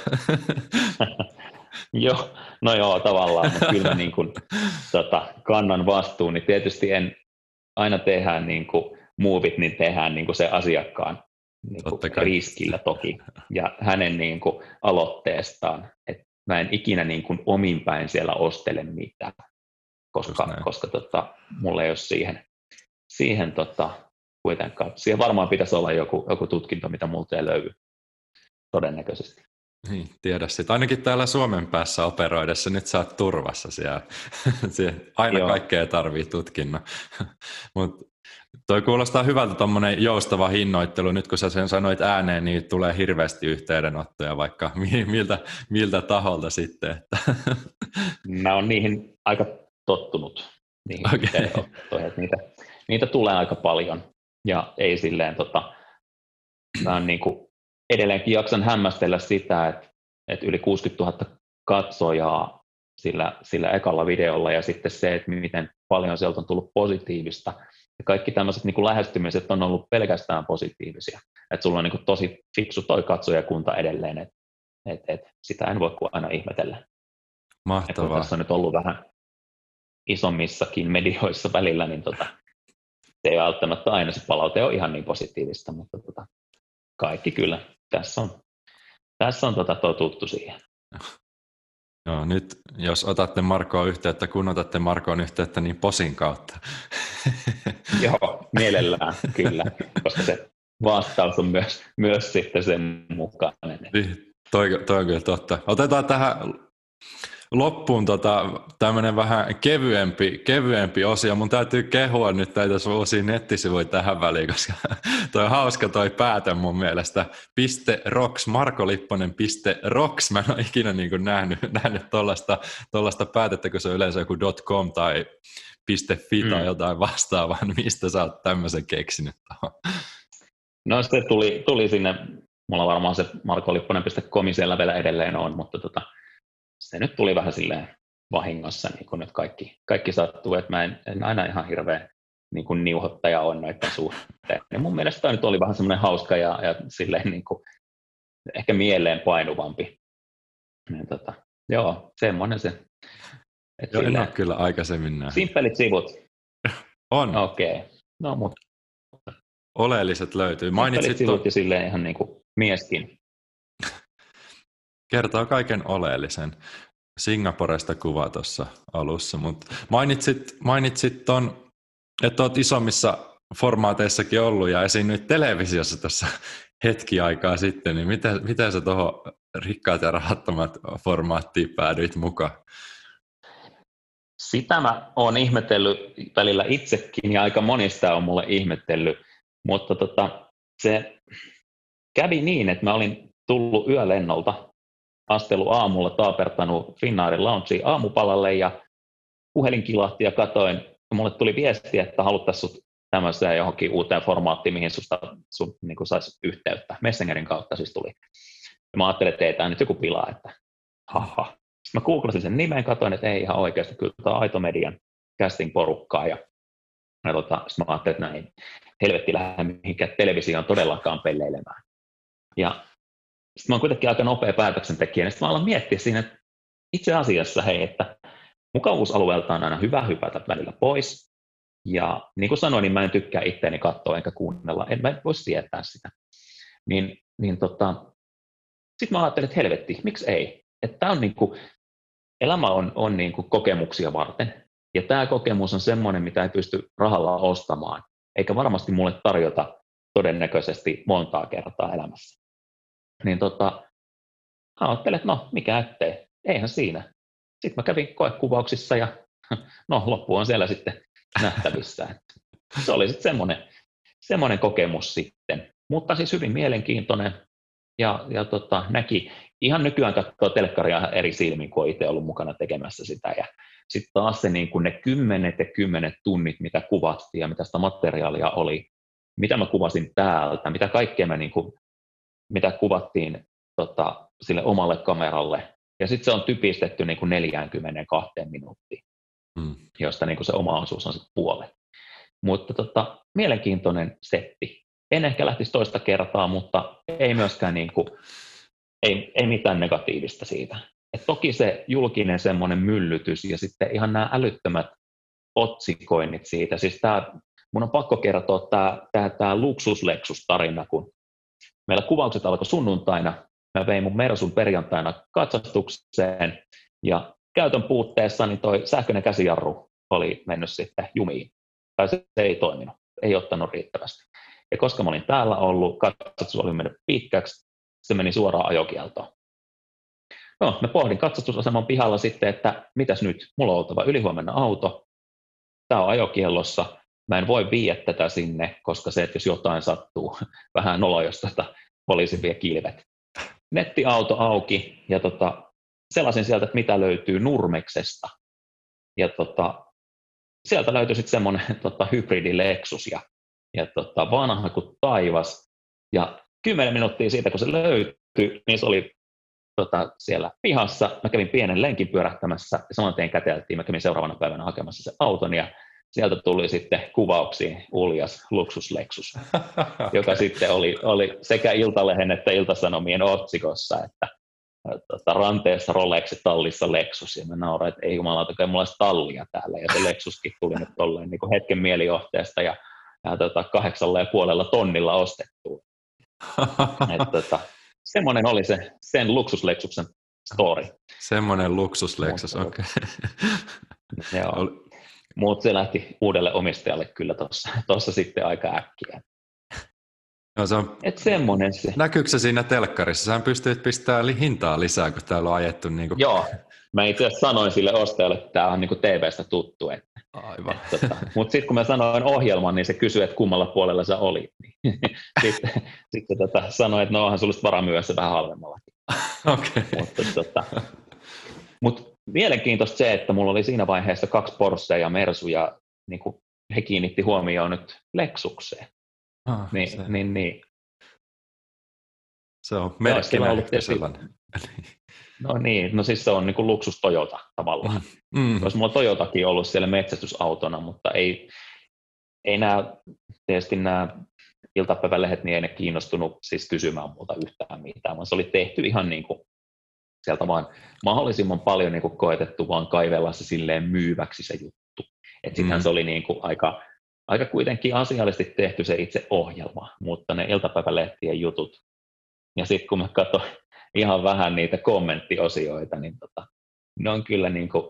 Joo, no joo, tavallaan, mutta kyllä mä niin kuin, tota, kannan vastuun, niin tietysti en aina tehdään niin kuin movit, niin tehdään niin kuin se asiakkaan niin kuin riskillä toki ja hänen niin kuin aloitteestaan, että mä en ikinä niin kuin omin päin siellä ostele mitään, koska, koska tota, mulla ei ole siihen, siihen tota, kuitenkaan. Siihen varmaan pitäisi olla joku, joku tutkinto, mitä multa ei löydy todennäköisesti. Niin, tiedä sit. Ainakin täällä Suomen päässä operoidessa nyt sä oot turvassa siellä. Aina Joo. kaikkea tarvii tutkinnon. Mut toi kuulostaa hyvältä tommonen joustava hinnoittelu. Nyt kun sä sen sanoit ääneen, niin tulee hirveästi yhteydenottoja vaikka miltä, miltä taholta sitten. Että. Mä oon niihin aika tottunut, niihin okay. yhteydenottoihin. Niitä, niitä tulee aika paljon ja ei silleen tota, mä oon niinku edelleenkin jaksan hämmästellä sitä, että, että yli kuusikymmentätuhatta katsojaa sillä, sillä ekalla videolla ja sitten se, että miten paljon sieltä on tullut positiivista. Ja kaikki tämmöiset niin kuin lähestymiset on ollut pelkästään positiivisia. Että sulla on niin kuin tosi fiksu toi katsojakunta edelleen, että et, et, sitä en voi kuin aina ihmetellä. Mahtavaa. Että tässä on nyt ollut vähän isommissakin medioissa välillä, niin tota, se ei välttämättä aina se palaute ole ihan niin positiivista, mutta tota, kaikki kyllä. Tässä on, tässä on tota totuttu siihen. Joo, nyt jos otatte Markoon yhteyttä, kun otatte Markoon yhteyttä, niin posin kautta. Joo, mielellään kyllä, koska se vastaus on myös, myös sitten sen mukainen. Toi, toi on kyllä totta. Otetaan tähän loppuun tota, tämmöinen vähän kevyempi, kevyempi osio. Mun täytyy kehua nyt näitä uusia nettisivuja tähän väliin, koska toi on hauska toi päätä mun mielestä. Piste rocks, Marko Lipponen piste rocks. Mä en ole ikinä niin kuin nähnyt, nähnyt tollaista, tollaista päätettä, kun se on yleensä joku .com tai .fi tai mm. jotain vastaavaa. Mistä sä oot tämmöisen keksinyt? No se tuli, tuli sinne, mulla varmaan se marko lipponen piste com siellä vielä edelleen on, mutta tota, se nyt tuli vähän silleen vahingossa, niin kuin nyt kaikki, kaikki sattuu, että mä en, en aina ihan hirveän niin kuin niuhottaja on noiden suhteen. Ja mun mielestä toi nyt oli vähän semmoinen hauska ja, ja silleen niin kuin ehkä mieleen painuvampi. Niin, tota, joo, semmoinen se. Joo, en ole kyllä aikaisemmin nähnyt. Simppelit sivut. On. Okei. Okay. No, mutta oleelliset löytyy. Mainitsit sivut to... ja silleen ihan niin kuin mieskin. Kertoo kaiken oleellisen. Singaporesta kuva tuossa alussa, mutta mainitsit, mainitsit ton, että olet isommissa formaateissakin ollut ja esiinnyit televisiossa tuossa hetki aikaa sitten, niin miten, miten sä tuohon rikkaat ja rahattomat formaattiin päädyit mukaan? Sitä mä oon ihmetellyt välillä itsekin ja aika monista on mulle ihmetellyt, mutta tota, se kävi niin, että mä olin tullut yölennolta, astellut aamulla, taapertanut Finnairin Loungeen aamupalalle ja puhelin kilahti ja katoin, ja mulle tuli viesti, että haluttaisiin sut tämmöiseen johonkin uuteen formaattiin, mihin susta sun, niin kuin saisi yhteyttä. Messengerin kautta siis tuli. Ja mä ajattelin, että ei tämä nyt joku pilaa, että haha. Sitten mä googlasin sen nimen, katsoin, että ei ihan oikeasti, kyllä tämä on Aito Median casting-porukkaa. Ja, ja tota, sitten mä ajattelin, että näin helvetti lähde mihinkään televisioon todellakaan pelleilemään. Ja sitten mä oon kuitenkin aika nopea päätöksentekijä, niin sitten mä alan miettiä siinä, että itse asiassa hei, että mukavuusalueelta on aina hyvä hypätä välillä pois. Ja niin kuin sanoin, niin mä en tykkää itseäni katsoa enkä kuunnella, en mä voi sietää sitä. Niin, niin tota, sitten mä ajattelin, että helvetti, miksi ei? Että tää on niin kuin, elämä on, on niin kuin kokemuksia varten. Ja tämä kokemus on semmoinen, mitä ei pysty rahalla ostamaan, eikä varmasti mulle tarjota todennäköisesti montaa kertaa elämässä. Niin tota, ajattelin, että no, mikä ettei, eihän siinä. Sitten mä kävin koekuvauksissa ja no, loppu on siellä sitten nähtävissä. Se oli sitten semmoinen, semmoinen kokemus sitten, mutta siis hyvin mielenkiintoinen ja, ja tota, näki, ihan nykyään katsoo telkkaria eri silmin, kun on itse ollut mukana tekemässä sitä ja sitten taas se niin kuin ne kymmenet ja kymmenet tunnit, mitä kuvattiin ja mitä sitä materiaalia oli, mitä mä kuvasin täältä, mitä kaikkea mä niin kuin, mitä kuvattiin tota, sille omalle kameralle ja sitten se on typistetty niin kuin neljäänkymmeneenkahteen minuuttiin. Hmm. josta niin kuin se oma osuus on sitten puolet. Mutta tota, mielenkiintoinen setti. En ehkä lähtisi toista kertaa, mutta ei myöskään niin kuin, ei, ei mitään negatiivista siitä. Et toki se julkinen semmoinen myllytys ja sitten ihan nämä älyttömät otsikoinnit siitä. Siis tää, mun on pakko kertoa tämä tää, tää Luksus Lexus-tarina, kun meillä kuvaukset alkoi sunnuntaina. Mä vein mun Mersun perjantaina katsastukseen ja käytön puutteessa niin toi sähköinen käsijarru oli mennyt sitten jumiin. Tai se ei toiminut, ei ottanut riittävästi. Ja koska mä olin täällä ollut, katsastus oli mennyt pitkäksi, se meni suoraan ajokieltoon. No, mä pohdin katsastusaseman pihalla sitten, että mitäs nyt, mulla on oltava ylihuomenna auto, tää on ajokiellossa, mä en voi viiä tätä sinne, koska se, että jos jotain sattuu, vähän nolo, jos tota, poliisi vie kilvet. Nettiauto auki ja tota, selasin sieltä, että mitä löytyy Nurmeksesta. Ja tota, sieltä löytyi sitten semmoinen tota, hybridi Lexus ja, ja tota, vanha kuin taivas. Ja kymmenen minuuttia siitä, kun se löytyi, niin se oli tota, siellä pihassa. Mä kävin pienen lenkin pyörähtämässä ja saman tien käteltiin. Mä kävin seuraavana päivänä hakemassa se auton ja sieltä tuli sitten kuvauksiin uljas luksus Lexus, joka sitten oli, oli sekä Iltalehden että Ilta-Sanomien otsikossa, että tota, ranteessa Rolex, tallissa Lexus, ja mä nauroin, että ei jumalauta, kai mulla olisi tallia täällä, ja se Lexuskin tuli nyt tolleen niin kuin hetken mielijohteesta, ja, ja tota, kahdeksalla ja puolella tonnilla ostettua. Et, tota, semmoinen oli se, sen luksus Lexuksen story. Semmoinen luksus Lexus, okei. Okay. Joo. Mutta se lähti uudelle omistajalle kyllä tuossa sitten aika äkkiä. No, se on... Et semmoinen se. Näkyykö se siinä telkkarissa? Sähän pystyt pistämään hintaa lisää, kun täällä on ajettu. Niin kuin... Joo, mä itse asiassa sanoin sille ostajalle, että tämä on niin kuin T V:stä tuttu. Että, aivan. Et, tota, mutta sitten kun mä sanoin ohjelman, niin se kysyi, että kummalla puolella sä olit. Niin sitten sitten tota, sanoin, että no onhan sulla varamyössä vähän halvemmallakin. Okei. Okay. Mutta tota, mut mielenkiintoista se, että mulla oli siinä vaiheessa kaksi Porschea ja Mersu, ja niin kuin he kiinnitti huomioon nyt Lexukseen. Ah, niin, se. niin, niin. Se on merkkinä ehkä sellainen. No niin, no siis se on niin kuin luksus Toyota tavallaan. Mm. Olisi mulla Toyotakin ollut siellä metsästysautona, mutta ei, ei nämä, tietysti nämä iltapäivälehdet, niin ei ne kiinnostunut siis kysymään multa yhtään mitään, vaan se oli tehty ihan niin kuin sieltä vaan mahdollisimman paljon niin kuin koetettu vaan kaivella se silleen myyväksi se juttu. Että sittenhän mm. se oli niin kuin aika, aika kuitenkin asiallisesti tehty se itse ohjelma, mutta ne iltapäivälehtien jutut. Ja sitten kun mä katsoin ihan vähän niitä kommenttiosioita, niin tota, ne on kyllä niin kuin,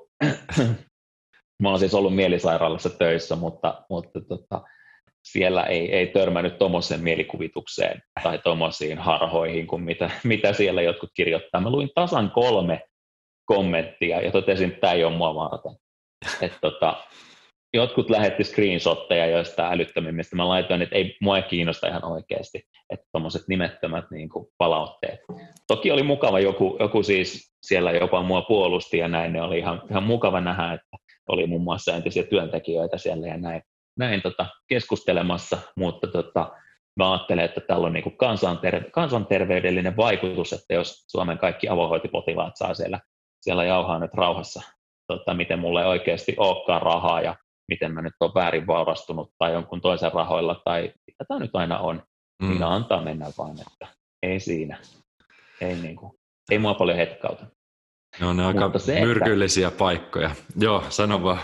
mä oon siis ollut mielisairaalassa töissä, mutta, mutta tota, siellä ei, ei törmännyt tuommoiseen mielikuvitukseen tai tuommoisiin harhoihin kuin mitä, mitä siellä jotkut kirjoittaa. Mä luin tasan kolme kommenttia ja totesin, että tämä ei ole mua varten. Et tota, jotkut lähetti screenshotteja joistain älyttömimmistä. Mä laitoin, että ei mua ei kiinnosta ihan oikeasti, että tuommoiset nimettömät niin kuin palautteet. Toki oli mukava joku, joku siis siellä jopa mua puolusti ja näin, ne oli ihan, ihan mukava nähdä, että oli muun muassa entisiä työntekijöitä siellä ja näin. näin tota, keskustelemassa, mutta tota, mä ajattelen, että tällä on niin kuin kansanterve- kansanterveydellinen vaikutus, että jos Suomen kaikki avohoitopotilaat saa siellä, siellä jauhaa nyt rauhassa, tota, miten mulla ei oikeasti olekaan rahaa ja miten mä nyt olen väärin vaurastunut tai jonkun toisen rahoilla tai mitä tämä nyt aina on, mm. niin antaa mennä vaan, että ei siinä, ei, niin kuin, ei mua paljon hetkauta. No, ne on aika se, myrkyllisiä että... paikkoja. Joo, sano vaan.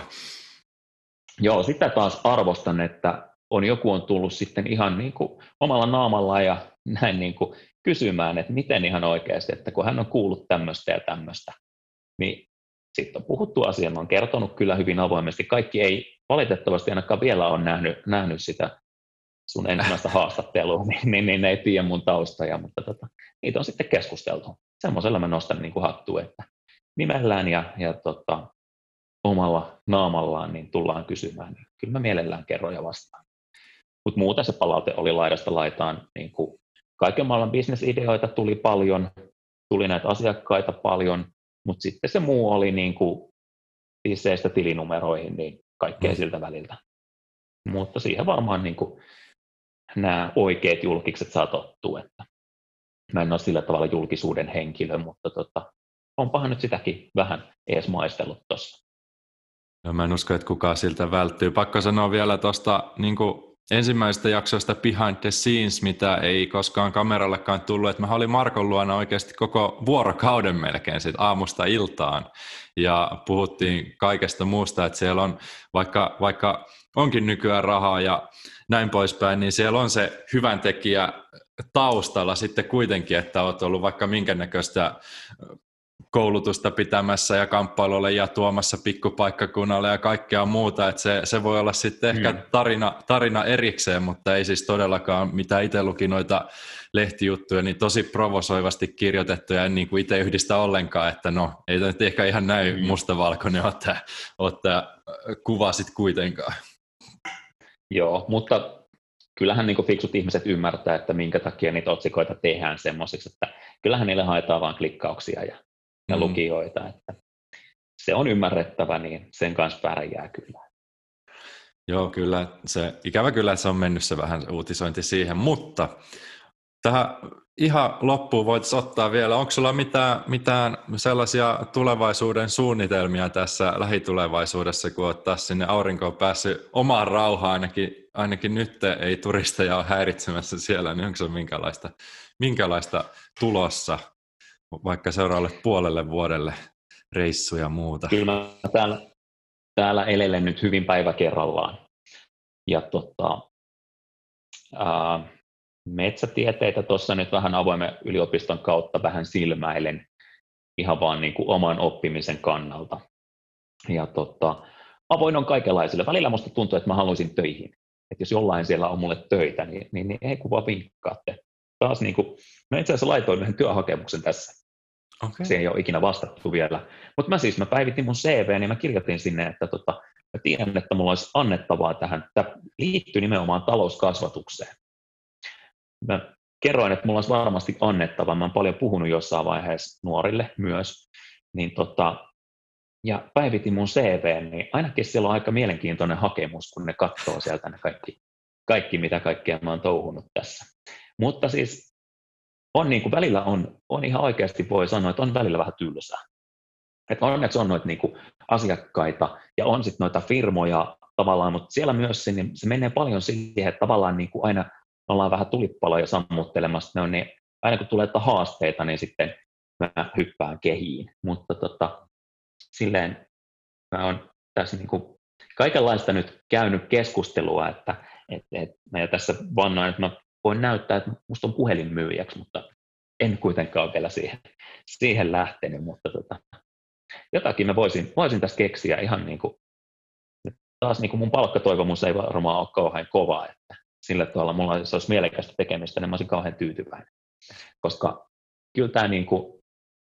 Joo, sitä taas arvostan, että on joku on tullut sitten ihan niin kuin omalla naamalla ja näin niin kuin kysymään, että miten ihan oikeasti, että kun hän on kuullut tämmöistä ja tämmöistä, niin sitten on puhuttu asiaa, on kertonut kyllä hyvin avoimesti. Kaikki ei valitettavasti ainakaan vielä ole nähnyt, nähnyt sitä sun ensimmäistä haastattelua, niin, niin, niin ne ei tiedä mun taustoja, mutta tota, niitä on sitten keskusteltu. Semmoisella mä nostan niin kuin hattua, että nimellään ja, ja tota, omalla naamallaan niin tullaan kysymään, niin kyllä mä mielellään kerron ja vastaan. Mutta muuten se palaute oli laidasta laitaan, niin kuin kaiken maailman bisnesideoita tuli paljon, tuli näitä asiakkaita paljon, mutta sitten se muu oli niin kuin tisseistä tilinumeroihin, niin kaikkea siltä väliltä. Mutta siihen varmaan niin kuin nämä oikeat julkikset saa tottua, että mä en ole sillä tavalla julkisuuden henkilö, mutta tota, onpahan nyt sitäkin vähän ees maistellut tuossa. No, mä en usko, että kukaan siltä välttyy. Pakko sanoa vielä tuosta niin ensimmäisestä jaksoista Behind the Scenes, mitä ei koskaan kamerallekaan tullut. Että mä olin Markon luona oikeasti koko vuorokauden melkein siitä aamusta iltaan. Ja puhuttiin kaikesta muusta, että siellä on, vaikka, vaikka onkin nykyään rahaa ja näin poispäin, niin siellä on se hyvän tekijä taustalla sitten kuitenkin, että olet ollut vaikka minkä näköistä koulutusta pitämässä ja kamppailulle ja tuomassa pikkupaikkakunnalle ja kaikkea muuta, että se, se voi olla sitten ehkä Mm. tarina, tarina erikseen, mutta ei siis todellakaan, mitä itse luki noita lehtijuttuja, niin tosi provosoivasti kirjoitettuja, en niin kuin itse yhdistä ollenkaan, että no, ei tämä nyt ehkä ihan näin Mm. mustavalkoinen ole tämä, ole tämä kuva sitten kuitenkaan. Joo, mutta kyllähän niin kuin fiksut ihmiset ymmärtää, että minkä takia niitä otsikoita tehdään semmoisiksi, että kyllähän niille haetaan vain klikkauksia ja, ja Mm. lukijoita, että se on ymmärrettävä, niin sen kanssa pärjää kyllä. Joo, kyllä. Se, ikävä kyllä, että se on mennyt se vähän uutisointi siihen, mutta tähän ihan loppuun voitaisiin ottaa vielä, onko sulla mitään, mitään sellaisia tulevaisuuden suunnitelmia tässä lähitulevaisuudessa, kun olet taas sinne aurinkoon päässyt omaan rauhaan, ainakin, ainakin nyt ei turisteja ole häiritsemässä siellä, niin onko se minkälaista, minkälaista tulossa vaikka seuraavalle puolelle vuodelle reissuja ja muuta? Kyllä mä täällä, täällä elelen nyt hyvin päivä kerrallaan. Ja tota, ää, metsätieteitä tuossa nyt vähän avoimen yliopiston kautta vähän silmäilen ihan vaan niin kuin oman oppimisen kannalta. Ja tota, avoin on kaikenlaisille. Välillä musta tuntuu, että mä haluaisin töihin. Että jos jollain siellä on mulle töitä, niin, niin, niin ei kun vaan vinkkaatte. Taas niin kuin, mä itse asiassa laitoin yhden työhakemuksen tässä. Okay. Se ei ole ikinä vastattu vielä. Mutta mä siis mä päivitin mun C V, niin mä kirjoitin sinne, että tota, mä tiedän, että mulla olisi annettavaa tähän. Tämä liittyy nimenomaan talouskasvatukseen. Mä kerroin, että mulla olisi varmasti annettavaa. Mä oon paljon puhunut jossain vaiheessa nuorille myös. Niin tota, ja päivitin mun C V, niin ainakin siellä on aika mielenkiintoinen hakemus, kun ne katsoo sieltä ne kaikki, kaikki mitä kaikkea mä oon touhunut tässä. Mutta siis on niin kuin välillä on, on ihan oikeasti voi sanoa, että on välillä vähän tylsää. Että onneksi on noita niin kuin asiakkaita ja on sitten noita firmoja tavallaan, mutta siellä myös se, se menee paljon siihen, että tavallaan niin kuin aina ollaan vähän tulipaloja sammuttelemassa. Ne on niin, aina kun tulee haasteita, niin sitten mä hyppään kehiin. Mutta tota, silleen mä oon tässä niin kuin kaikenlaista nyt käynyt keskustelua, että et, et mä tässä vannoin, että mä voin näyttää, että musta on puhelinmyyjäksi, mutta en kuitenkaan ole vielä siihen, siihen lähtenyt, mutta tota, jotakin mä voisin, voisin tässä keksiä ihan niin kuin, taas niin kuin mun palkkatoivomus ei varmaan ole kauhean kova, että sillä tavalla mulla jos olisi mielekästä tekemistä, niin mä olisin kauhean tyytyväinen, koska kyllä tämä niin kuin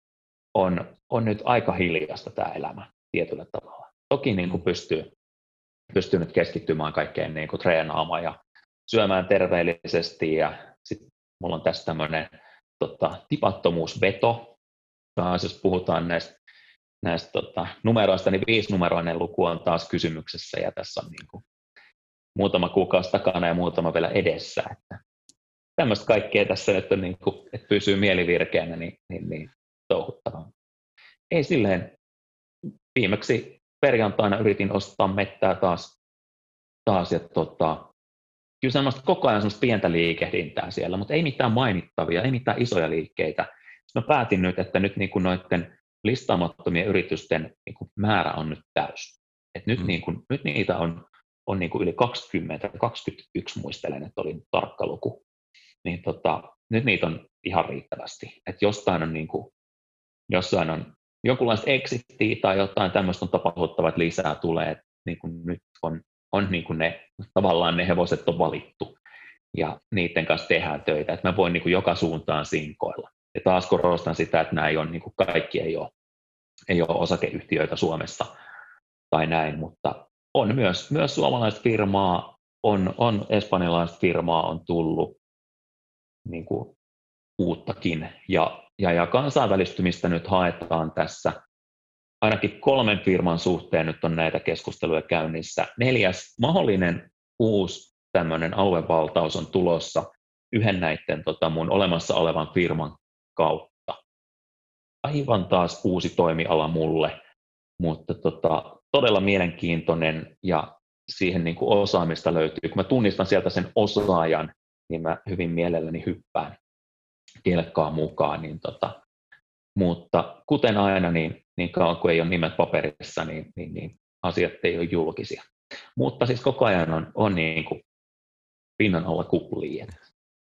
on, on nyt aika hiljasta tämä elämä tietyllä tavalla. Toki niin kuin pystyy, pystyy nyt keskittymään kaikkeen niin kuin treenaamaan ja syömään terveellisesti ja sitten mulla on tässä tämmöinen tota, tipattomuusveto. Taas jos puhutaan näistä, näistä tota, numeroista, niin viisinumeroinen luku on taas kysymyksessä ja tässä on niin kuin muutama kuukausi takana ja muutama vielä edessä. Että tämmöistä kaikkea tässä nyt on, niin kuin, että pysyy mielivirkeänä, niin, niin, niin touhuttavaa. Ei silleen, viimeksi perjantaina yritin ostaa mettää taas, taas ja tota, kyllä semmoista koko ajan semmoista pientä liikehdintää siellä, mutta ei mitään mainittavia, ei mitään isoja liikkeitä. Sitten mä päätin nyt, että nyt niin kuin noiden listaamattomien yritysten niin kuin määrä on nyt täys. Et nyt, mm. niin kuin, nyt niitä on, on niin kuin yli kaksikymmentä, kaksikymmentäyksi muistelen, että oli tarkka luku. Niin tota, nyt niitä on ihan riittävästi. Et jostain on, niin kuin, jossain on jonkunlaista exittiä tai jotain tämmöistä on tapahtuttava, että lisää tulee. Et niin kuin nyt on on niin kuin ne, tavallaan ne hevoset on valittu ja niiden kanssa tehdään töitä, että mä voin niin kuin joka suuntaan sinkoilla. Ja taas korostan sitä, että nämä ei ole, niin kuin kaikki ei ole, ei ole osakeyhtiöitä Suomessa tai näin, mutta on myös, myös suomalaista firmaa, on, on espanjalaista firmaa on tullut niin kuin uuttakin ja, ja, ja kansainvälistymistä nyt haetaan tässä. Ainakin kolmen firman suhteen nyt on näitä keskusteluja käynnissä. Neljäs mahdollinen uusi tämmöinen aluevaltaus on tulossa yhden näiden tota, mun olemassa olevan firman kautta. Aivan taas uusi toimiala mulle, mutta tota, todella mielenkiintoinen ja siihen niin kuin osaamista löytyy. Kun mä tunnistan sieltä sen osaajan, niin mä hyvin mielelläni hyppään kelkkaan mukaan. Niin tota, mutta kuten aina, niin, niin kauan kuin ei ole nimet paperissa, niin, niin, niin asiat ei ole julkisia. Mutta siis koko ajan on, on niin kuin pinnan alla kuplii.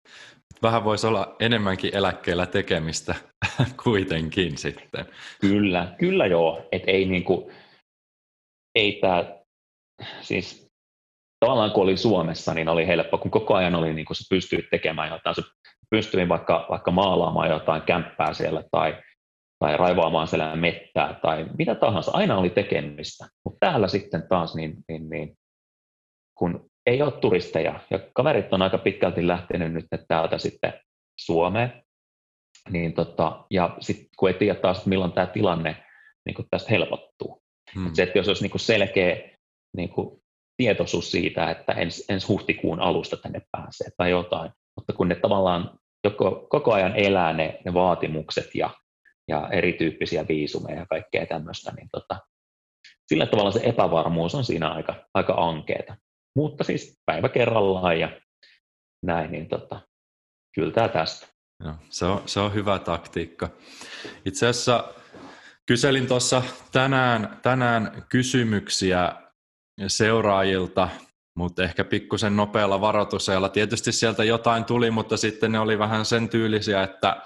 Vähän voisi olla enemmänkin eläkkeellä tekemistä kuitenkin sitten. Kyllä, kyllä joo. Et ei niinku, ei tää, siis tavallaan kun oli Suomessa, niin oli helppo, kun koko ajan oli niinku sä pystyit tekemään jotain, sä pystyin vaikka, vaikka maalaamaan jotain kämppää siellä tai, tai raivoamaan siellä mettää tai mitä tahansa, aina oli tekemistä. Mutta täällä sitten taas, niin, niin, niin, kun ei ole turisteja ja kaverit on aika pitkälti lähtenyt nyt täältä sitten Suomeen, niin tota, ja sitten kun ei tiedä taas, milloin tämä tilanne niin tästä helpottuu. Hmm. Et se, että jos olisi niin selkeä niin tietoisuus siitä, että ens, ens huhtikuun alusta tänne pääsee tai jotain, mutta kun ne tavallaan joko, koko ajan elää ne, ne vaatimukset ja, ja erityyppisiä viisumeja ja kaikkea tämmöistä, niin tota, sillä tavalla se epävarmuus on siinä aika, aika ankeeta. Mutta siis päivä kerrallaan ja näin, niin tota, kyllä tämä tästä. Joo, se, on, se on hyvä taktiikka. Itse asiassa kyselin tuossa tänään, tänään kysymyksiä seuraajilta, mutta ehkä pikkusen nopealla varoitusajalla. Tietysti sieltä jotain tuli, mutta sitten ne oli vähän sen tyylisiä, että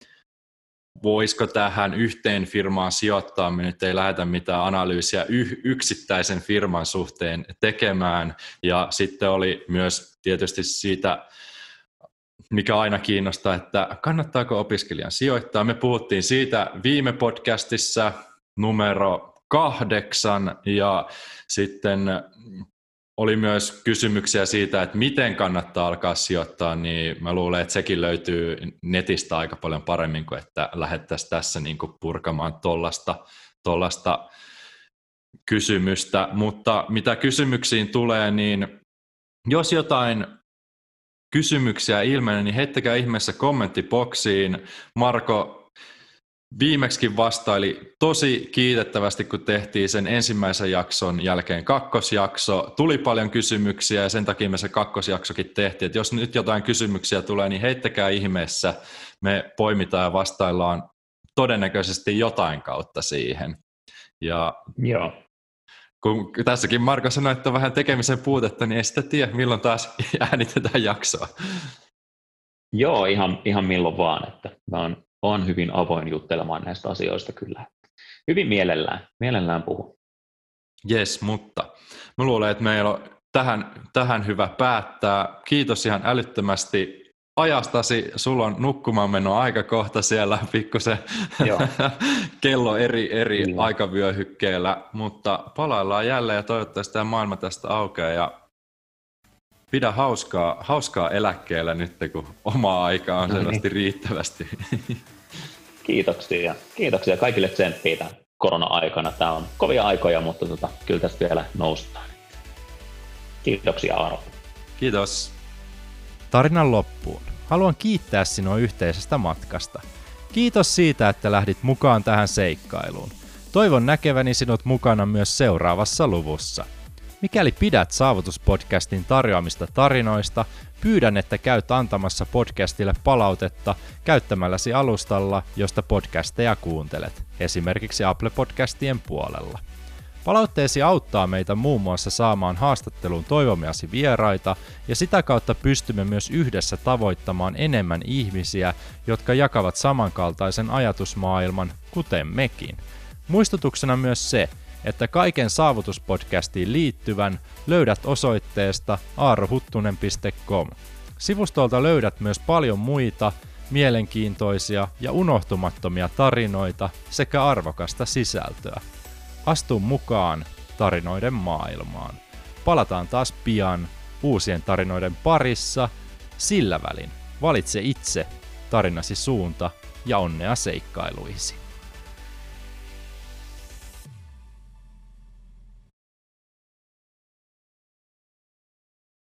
voisiko tähän yhteen firmaan sijoittaa. Me nyt ei lähdetä mitään analyysiä y- yksittäisen firman suhteen tekemään. Ja sitten oli myös tietysti siitä, mikä aina kiinnostaa, että kannattaako opiskelijan sijoittaa. Me puhuttiin siitä viime podcastissa numero kahdeksan ja sitten oli myös kysymyksiä siitä, että miten kannattaa alkaa sijoittaa, niin mä luulen, että sekin löytyy netistä aika paljon paremmin kuin että lähdettäisiin tässä niin kuin purkamaan tollasta, tollasta kysymystä. Mutta mitä kysymyksiin tulee, niin jos jotain kysymyksiä ilmenee, niin heittäkää ihmeessä kommenttiboksiin. Marko viimeksikin vastaili tosi kiitettävästi, kun tehtiin sen ensimmäisen jakson jälkeen kakkosjakso. Tuli paljon kysymyksiä ja sen takia me se kakkosjaksokin tehtiin. Et jos nyt jotain kysymyksiä tulee, niin heittäkää ihmeessä. Me poimitaan ja vastaillaan todennäköisesti jotain kautta siihen. Ja Joo. Kun tässäkin Marko sanoi, että on vähän tekemisen puutetta, niin ei sitä tiedä, milloin taas äänitetään jaksoa. Joo, ihan, ihan milloin vaan. Että mä oon, oon hyvin avoin juttelemaan näistä asioista kyllä. Hyvin mielellään, mielellään puhun. Jes, mutta mä luulen, että meillä on tähän, tähän hyvä päättää. Kiitos ihan älyttömästi ajastasi. Sulla on nukkumaan meno aika kohta siellä, pikkusen kello eri, eri mm. aikavyöhykkeellä, mutta palaillaan jälleen ja toivottavasti tämä maailma tästä aukeaa ja pidä hauskaa, hauskaa eläkkeellä nyt, kun omaa aikaa on selvästi riittävästi. Kiitoksia. Kiitoksia kaikille tsemppiä tämän korona-aikana. Tämä on kovia aikoja, mutta tota, kyllä tästä vielä noustaan. Kiitoksia, Aaro. Kiitos. Tarinan loppuun. Haluan kiittää sinua yhteisestä matkasta. Kiitos siitä, että lähdit mukaan tähän seikkailuun. Toivon näkeväni sinut mukana myös seuraavassa luvussa. Mikäli pidät Saavutuspodcastin tarjoamista tarinoista, pyydän, että käyt antamassa podcastille palautetta käyttämälläsi alustalla, josta podcasteja kuuntelet, esimerkiksi Apple-podcastien puolella. Palautteesi auttaa meitä muun muassa saamaan haastatteluun toivomiasi vieraita ja sitä kautta pystymme myös yhdessä tavoittamaan enemmän ihmisiä, jotka jakavat samankaltaisen ajatusmaailman, kuten mekin. Muistutuksena myös se, että kaiken Saavutuspodcastiin liittyvän löydät osoitteesta aarohuttunen piste com. Sivustolta löydät myös paljon muita mielenkiintoisia ja unohtumattomia tarinoita sekä arvokasta sisältöä. Astu mukaan tarinoiden maailmaan. Palataan taas pian uusien tarinoiden parissa. Sillä välin valitse itse tarinasi suunta ja onnea seikkailuisi.